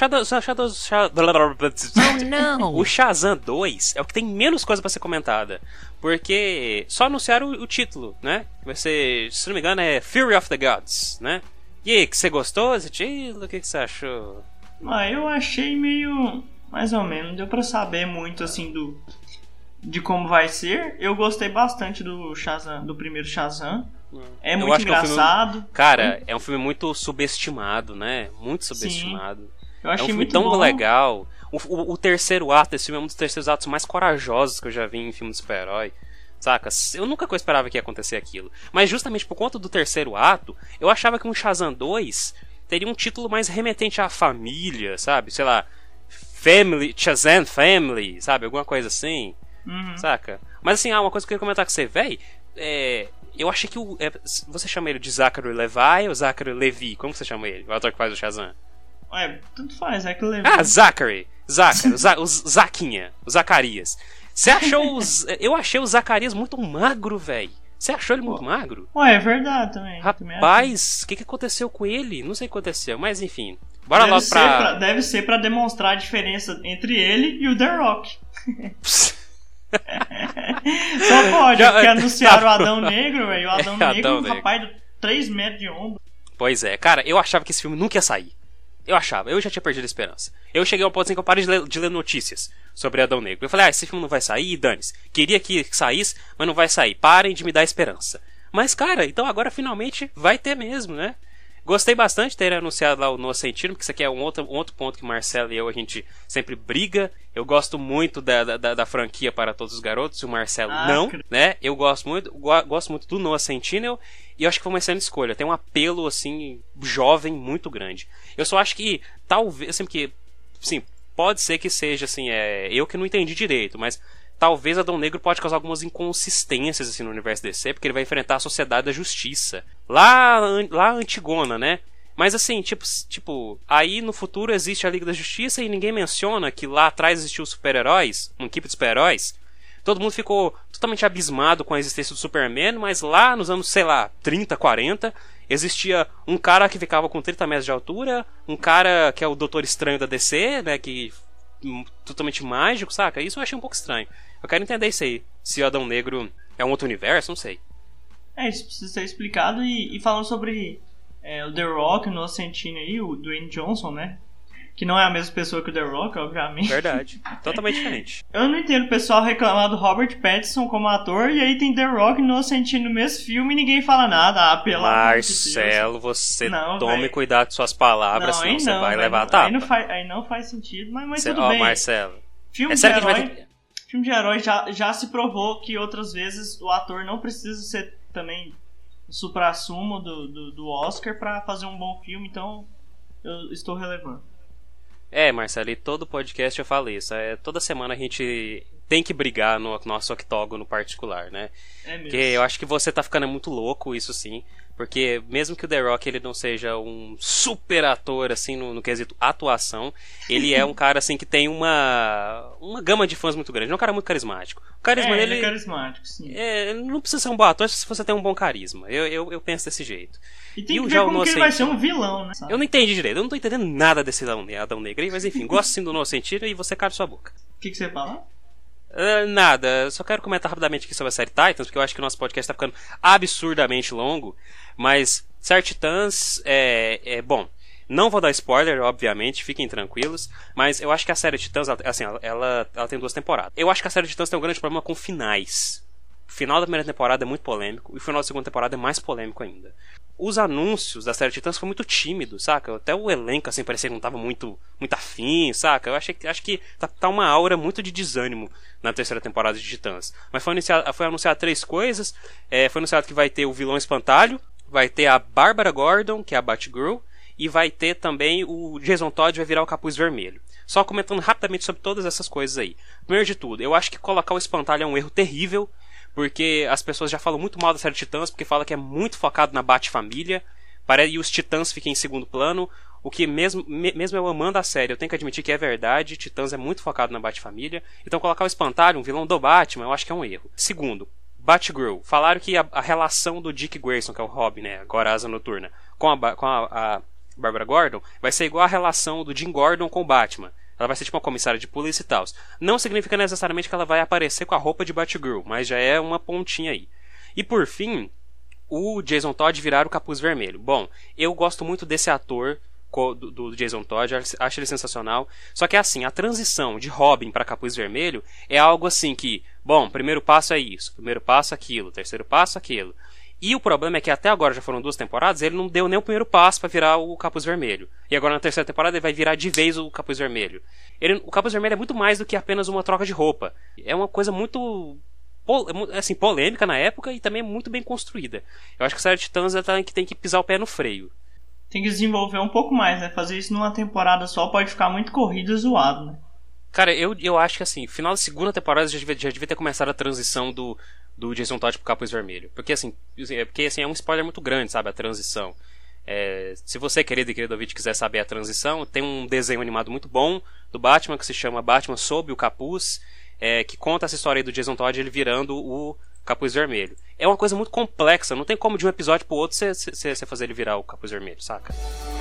Shazam 2 é o que tem menos coisa pra ser comentada, porque só anunciaram o título, né? Vai ser, se não me engano, é Fury of the Gods, né? E aí, que você gostou desse título? O que você achou? Eu achei meio... mais ou menos. Não deu pra saber muito, assim, de como vai ser. Eu gostei bastante do Shazam, do primeiro Shazam. É muito engraçado. É um filme, cara, é um filme muito subestimado, né? Muito subestimado. Sim. Eu achei é um filme muito tão bom. legal. O terceiro ato desse filme é um dos terceiros atos mais corajosos que eu já vi em filme de super-herói. Saca? Eu nunca esperava que ia acontecer aquilo. Mas justamente por conta do terceiro ato, eu achava que um Shazam 2 teria um título mais remetente à família, sabe? Sei lá, Family, Shazam Family, sabe? Alguma coisa assim. Saca? Mas assim, uma coisa que eu queria comentar com você, véi, eu achei que você chama ele de Zachary Levi ou Zachary Levi? Como você chama ele? O ator que faz o Shazam? Tudo faz, é que Levi. Zachary, o Zaquinha, o Zacarias. Você achou eu achei o Zacarias muito magro, velho. Você achou ele muito magro? É verdade também. Rapaz, o que aconteceu com ele? Não sei o que aconteceu, mas enfim. Bora logo pra... Deve ser pra demonstrar a diferença entre ele e o The Rock. Só pode, porque anunciaram o Adão Negro, velho. O Adão Negro, um rapaz de 3 metros de ombro. Pois é, cara, eu achava que esse filme nunca ia sair. Eu já tinha perdido a esperança. Eu cheguei ao ponto assim que eu parei de ler notícias sobre Adão Negro. Eu falei, esse filme não vai sair, dane-se. Queria que saísse, mas não vai sair. Parem de me dar esperança. Mas, cara, então agora finalmente vai ter mesmo, né? Gostei bastante de ter anunciado lá o Noah Centineo, porque isso aqui é um outro ponto que o Marcelo e eu, a gente sempre briga. Eu gosto muito da franquia Para Todos os Garotos, e o Marcelo não, né? Eu gosto muito do Noah Centineo, e eu acho que foi uma excelente escolha. Tem um apelo, assim, jovem muito grande. Eu só acho que, talvez, assim, que, sim, pode ser que seja, assim, eu que não entendi direito, mas talvez Adão Negro pode causar algumas inconsistências, assim, no universo DC, porque ele vai enfrentar a Sociedade da Justiça. Lá antigona, né? Mas assim, tipo, aí no futuro existe a Liga da Justiça e ninguém menciona que lá atrás existiu os super-heróis, uma equipe de super-heróis. Todo mundo ficou totalmente abismado com a existência do Superman, mas lá nos anos, sei lá, 30, 40, existia um cara que ficava com 30 metros de altura, um cara que é o Doutor Estranho da DC, né, que totalmente mágico, saca? Isso eu achei um pouco estranho. Eu quero entender isso aí. Se o Adão Negro é um outro universo, não sei. Isso precisa ser explicado. E falando sobre o The Rock, o Noah Centineo aí, o Dwayne Johnson, né? Que não é a mesma pessoa que o The Rock, obviamente. Verdade. Totalmente diferente. Eu não entendo o pessoal reclamar do Robert Pattinson como ator, e aí tem The Rock e Noah Centineo no mesmo filme e ninguém fala nada. Pelo Marcelo, de você tome cuidado com suas palavras, senão você vai levar a tapa. Aí não faz sentido, mas tudo bem. Marcelo. Filme de herói já se provou que outras vezes o ator não precisa ser também o suprassumo do Oscar pra fazer um bom filme, então eu estou relevando. Marcelo, e todo podcast eu falo isso. Toda semana a gente tem que brigar no nosso octógono particular, né? Mesmo. Porque eu acho que você tá ficando muito louco, isso sim. Porque mesmo que o The Rock ele não seja um super ator, assim, no quesito atuação, ele é um cara, assim, que tem uma gama de fãs muito grande. Ele é um cara muito carismático. O carisma dele... Ele é carismático, sim. Ele não precisa ser um bom ator se você tem um bom carisma. Eu penso desse jeito. E tem que ver como que ele vai ser um vilão, né? Eu não entendi direito. Eu não tô entendendo nada desse Adão Negro aí, mas enfim, gosto sim do Noah Centineo e você cala sua boca. O que você fala? Nada, só quero comentar rapidamente aqui sobre a série Titans, porque eu acho que o nosso podcast tá ficando absurdamente longo, mas série Titãs bom, não vou dar spoiler, obviamente, fiquem tranquilos, mas eu acho que a série Titãs, assim, ela tem 2 temporadas. Eu acho que a série Titãs tem um grande problema com finais. O final da primeira temporada é muito polêmico, e o final da segunda temporada é mais polêmico ainda. Os anúncios da série Titãs foram muito tímidos, saca? Até o elenco, assim, parecia que não tava muito afim, saca? Eu acho que tá uma aura muito de desânimo na terceira temporada de Titãs. Mas foi anunciado 3 coisas. Foi anunciado que vai ter o vilão espantalho, vai ter a Bárbara Gordon, que é a Batgirl, e vai ter também o Jason Todd vai virar o Capuz Vermelho. Só comentando rapidamente sobre todas essas coisas aí. Primeiro de tudo, eu acho que colocar o espantalho é um erro terrível, porque as pessoas já falam muito mal da série Titãs, porque falam que é muito focado na Bat-família, e os Titãs ficam em segundo plano, o que mesmo eu amando a série, eu tenho que admitir que é verdade, Titãs é muito focado na Bat-família, então colocar o espantalho, um vilão do Batman, eu acho que é um erro. Segundo, Batgirl, falaram que a relação do Dick Grayson, que é o Robin, né, agora a Asa Noturna, com a Bárbara Gordon, vai ser igual a relação do Jim Gordon com o Batman. Ela vai ser tipo uma comissária de polícia e tal. Não significa necessariamente que ela vai aparecer com a roupa de Batgirl, mas já é uma pontinha aí. E por fim, o Jason Todd virar o Capuz Vermelho. Bom, eu gosto muito desse ator do Jason Todd, acho ele sensacional. Só que assim, a transição de Robin pra Capuz Vermelho é algo assim que, bom, primeiro passo é isso, primeiro passo aquilo, terceiro passo aquilo. E o problema é que até agora já foram 2 temporadas, ele não deu nem o primeiro passo pra virar o Capuz Vermelho. E agora na terceira temporada ele vai virar de vez o Capuz Vermelho. O Capuz Vermelho é muito mais do que apenas uma troca de roupa. É uma coisa muito assim, polêmica na época e também muito bem construída. Eu acho que a série Titãs tem que pisar o pé no freio. Tem que desenvolver um pouco mais, né? Fazer isso numa temporada só pode ficar muito corrido e zoado, né? Cara, eu acho que assim, final da segunda temporada já devia ter começado a transição do Jason Todd pro Capuz Vermelho. Porque assim, é um spoiler muito grande, sabe? A transição. Se você, querido e querido ouvinte, quiser saber a transição, tem um desenho animado muito bom do Batman que se chama Batman Sob o Capuz, que conta essa história aí do Jason Todd ele virando o Capuz Vermelho. É uma coisa muito complexa, não tem como de um episódio pro outro você fazer ele virar o Capuz Vermelho, saca?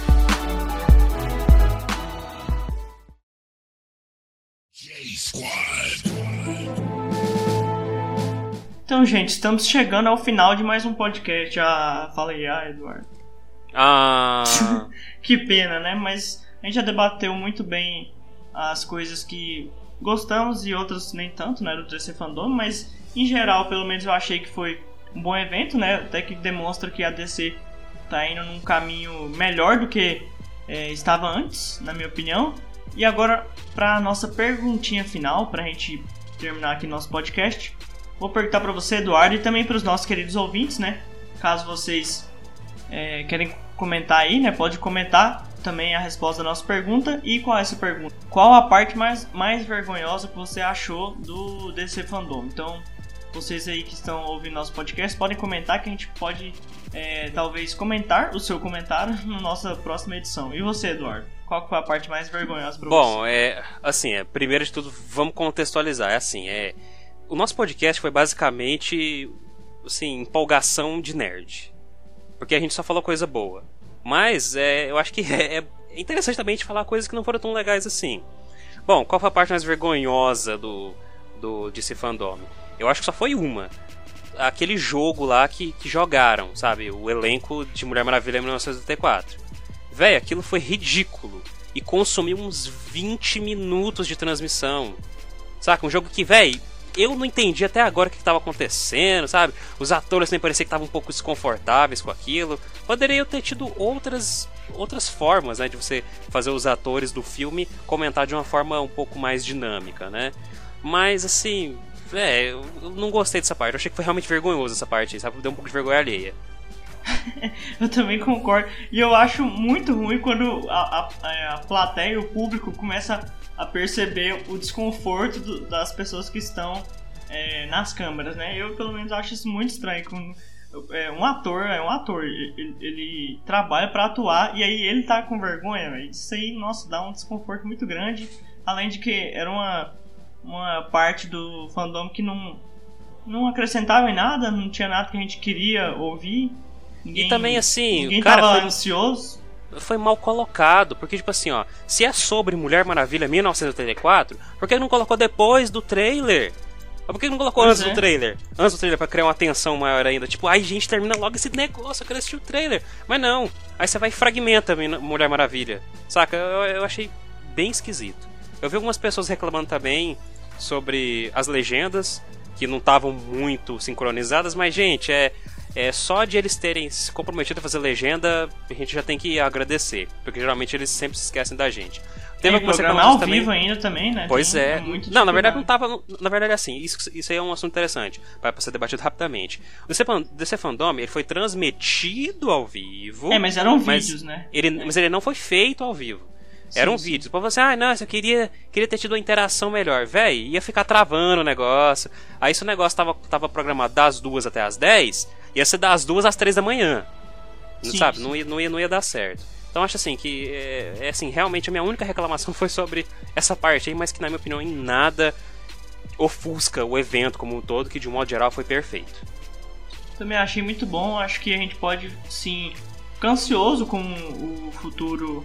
Então, gente, estamos chegando ao final de mais um podcast. Fala aí, Eduardo. Que pena, né? Mas a gente já debateu muito bem as coisas que gostamos e outras nem tanto, né, do DC Fandom, mas em geral, pelo menos eu achei que foi um bom evento, né? Até que demonstra que a DC tá indo num caminho melhor do que estava antes, na minha opinião. E agora, pra nossa perguntinha final, pra gente terminar aqui nosso podcast, vou perguntar pra você, Eduardo, e também pros nossos queridos ouvintes, né? Caso vocês querem comentar aí, né? Pode comentar também a resposta da nossa pergunta. E qual é essa pergunta? Qual a parte mais vergonhosa que você achou do DC Fandom? Então, vocês aí que estão ouvindo nosso podcast podem comentar, que a gente pode talvez comentar o seu comentário na nossa próxima edição. E você, Eduardo? Qual foi a parte mais vergonhosa pra você? Bom, primeiro de tudo, vamos contextualizar. O nosso podcast foi basicamente assim, empolgação de nerd. Porque a gente só falou coisa boa. Mas eu acho que é interessante também a gente falar coisas que não foram tão legais assim. Bom, qual foi a parte mais vergonhosa do DC Fandom? Eu acho que só foi uma. Aquele jogo lá que jogaram, sabe? O elenco de Mulher Maravilha em 1984. Véi, aquilo foi ridículo. E consumiu uns 20 minutos de transmissão. Saca? Um jogo que, véi, eu não entendi até agora o que estava acontecendo, sabe? Os atores nem pareciam que estavam um pouco desconfortáveis com aquilo. Poderia ter tido outras formas, né? De você fazer os atores do filme comentar de uma forma um pouco mais dinâmica, né? Mas, assim, eu não gostei dessa parte. Eu achei que foi realmente vergonhoso essa parte, sabe? Deu um pouco de vergonha alheia. Eu também concordo. E eu acho muito ruim quando a plateia e o público começa a perceber o desconforto das pessoas que estão nas câmeras, né? Eu, pelo menos, acho isso muito estranho. Um ator, ele trabalha pra atuar e aí ele tá com vergonha, véio. Isso aí, nossa, dá um desconforto muito grande. Além de que era uma parte do fandom que não acrescentava em nada, não tinha nada que a gente queria ouvir. E também, assim, ninguém o cara tava ansioso. Foi mal colocado, porque tipo assim, ó, se é sobre Mulher Maravilha 1984, por que não colocou depois do trailer? Por que não colocou antes do trailer? Antes do trailer pra criar uma tensão maior ainda. Tipo, ai gente, termina logo esse negócio, eu quero assistir o trailer. Mas não, aí você vai e fragmenta Mulher Maravilha. Saca? Eu achei bem esquisito. Eu vi algumas pessoas reclamando também sobre as legendas, que não estavam muito sincronizadas, mas gente, só de eles terem se comprometido a fazer legenda, a gente já tem que agradecer, porque geralmente eles sempre se esquecem da gente. Teve algumas reclamações ao vivo ainda também, né? Pois é. Não, na verdade não tava. Na verdade, assim, isso aí é um assunto interessante, para ser debatido rapidamente. O DC Fandom, ele foi transmitido ao vivo. Mas eram vídeos, né? Mas ele não foi feito ao vivo. Eram vídeos. Pra você, nossa, eu queria ter tido uma interação melhor. Véi, ia ficar travando o negócio. Aí se o negócio tava programado das 2 até as 10, ia ser das 2 às 3 da manhã. Sabe? Sim. Não ia dar certo. Então acho assim que assim, realmente a minha única reclamação foi sobre essa parte aí, mas que na minha opinião em nada ofusca o evento como um todo, que de um modo geral foi perfeito. Também achei muito bom, acho que a gente pode sim ficar ansioso com o futuro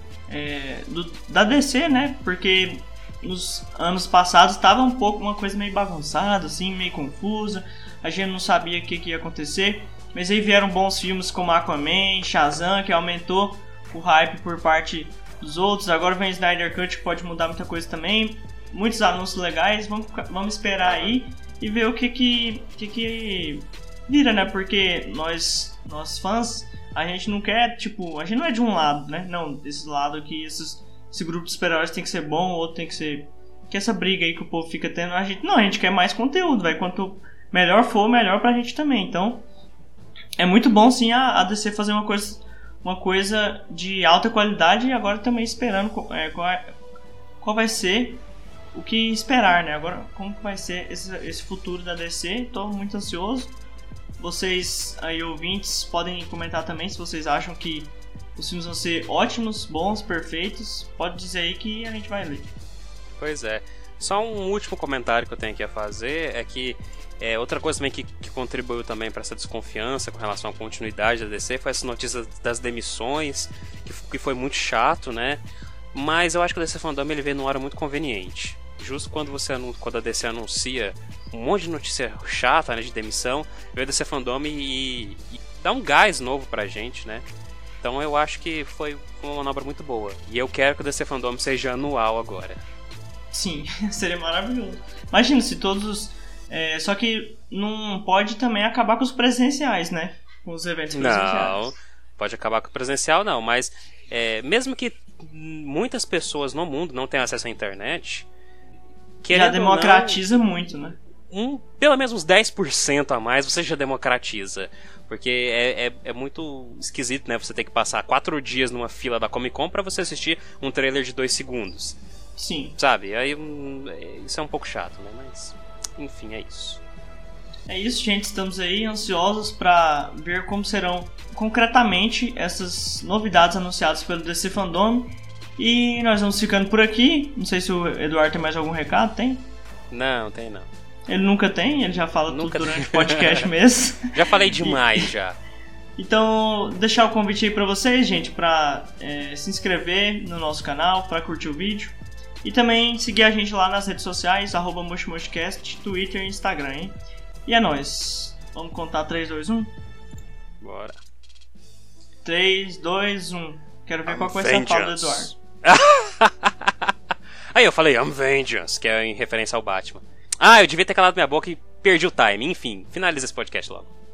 da DC, né? Porque nos anos passados estava um pouco uma coisa meio bagunçada, assim, meio confusa, a gente não sabia o que ia acontecer, mas aí vieram bons filmes como Aquaman, Shazam, que aumentou o hype por parte dos outros. Agora vem o Snyder Cut, que pode mudar muita coisa também. Muitos anúncios legais, vamos esperar aí e ver o que vira, né? Porque nós fãs, a gente não quer, tipo, a gente não é de um lado, né? Não, desse lado aqui, esse grupo de super-heróis tem que ser bom, o outro tem que ser... Que essa briga aí que o povo fica tendo, a gente quer mais conteúdo, vai. Quanto melhor for, melhor pra gente também. Então, é muito bom sim a DC fazer uma coisa de alta qualidade e agora também esperando qual vai ser o que esperar, né? Agora, como vai ser esse futuro da DC, tô muito ansioso. Vocês aí, ouvintes, podem comentar também se vocês acham que os filmes vão ser ótimos, bons, perfeitos. Pode dizer aí que a gente vai ler. Pois é. Só um último comentário que eu tenho aqui a fazer é que outra coisa também que contribuiu também para essa desconfiança com relação à continuidade da DC foi essa notícia das demissões, que foi muito chato, né? Mas eu acho que o DC Fandom ele veio numa hora muito conveniente. Justo quando a DC anuncia um monte de notícia chata, né, de demissão, veio a DC Fandom e dá um gás novo pra gente, né? Então eu acho que foi uma manobra muito boa. E eu quero que o DC Fandom seja anual agora. Sim, seria maravilhoso. Imagina se todos... só que não pode também acabar com os presenciais, né? Com os eventos presenciais. Não, pode acabar com o presencial não, mas mesmo que muitas pessoas no mundo não tenham acesso à internet... Já democratiza muito, né? Pelo menos uns 10% a mais você já democratiza. Porque é muito esquisito, né? Você ter que passar 4 dias numa fila da Comic Con pra você assistir um trailer de 2 segundos. Sim. Sabe? Aí isso é um pouco chato, né? Mas, enfim, é isso. É isso, gente. Estamos aí ansiosos pra ver como serão concretamente essas novidades anunciadas pelo DC Fandom. E nós vamos ficando por aqui. Não sei se o Eduardo tem mais algum recado, tem? Não, tem não. Ele nunca tem, ele já fala tudo durante o podcast mesmo. Já falei demais, já. Então, deixar o convite aí pra vocês, gente, pra se inscrever no nosso canal, pra curtir o vídeo. E também seguir a gente lá nas redes sociais, @MoshMoshCast, Twitter e Instagram, hein? E é nóis. Vamos contar 3, 2, 1? Bora. 3, 2, 1. Quero ver qual vai ser a fala do Eduardo. Aí eu falei Vengeance, que é em referência ao Batman. Eu devia ter calado minha boca e perdi o time. Enfim, finaliza esse podcast logo.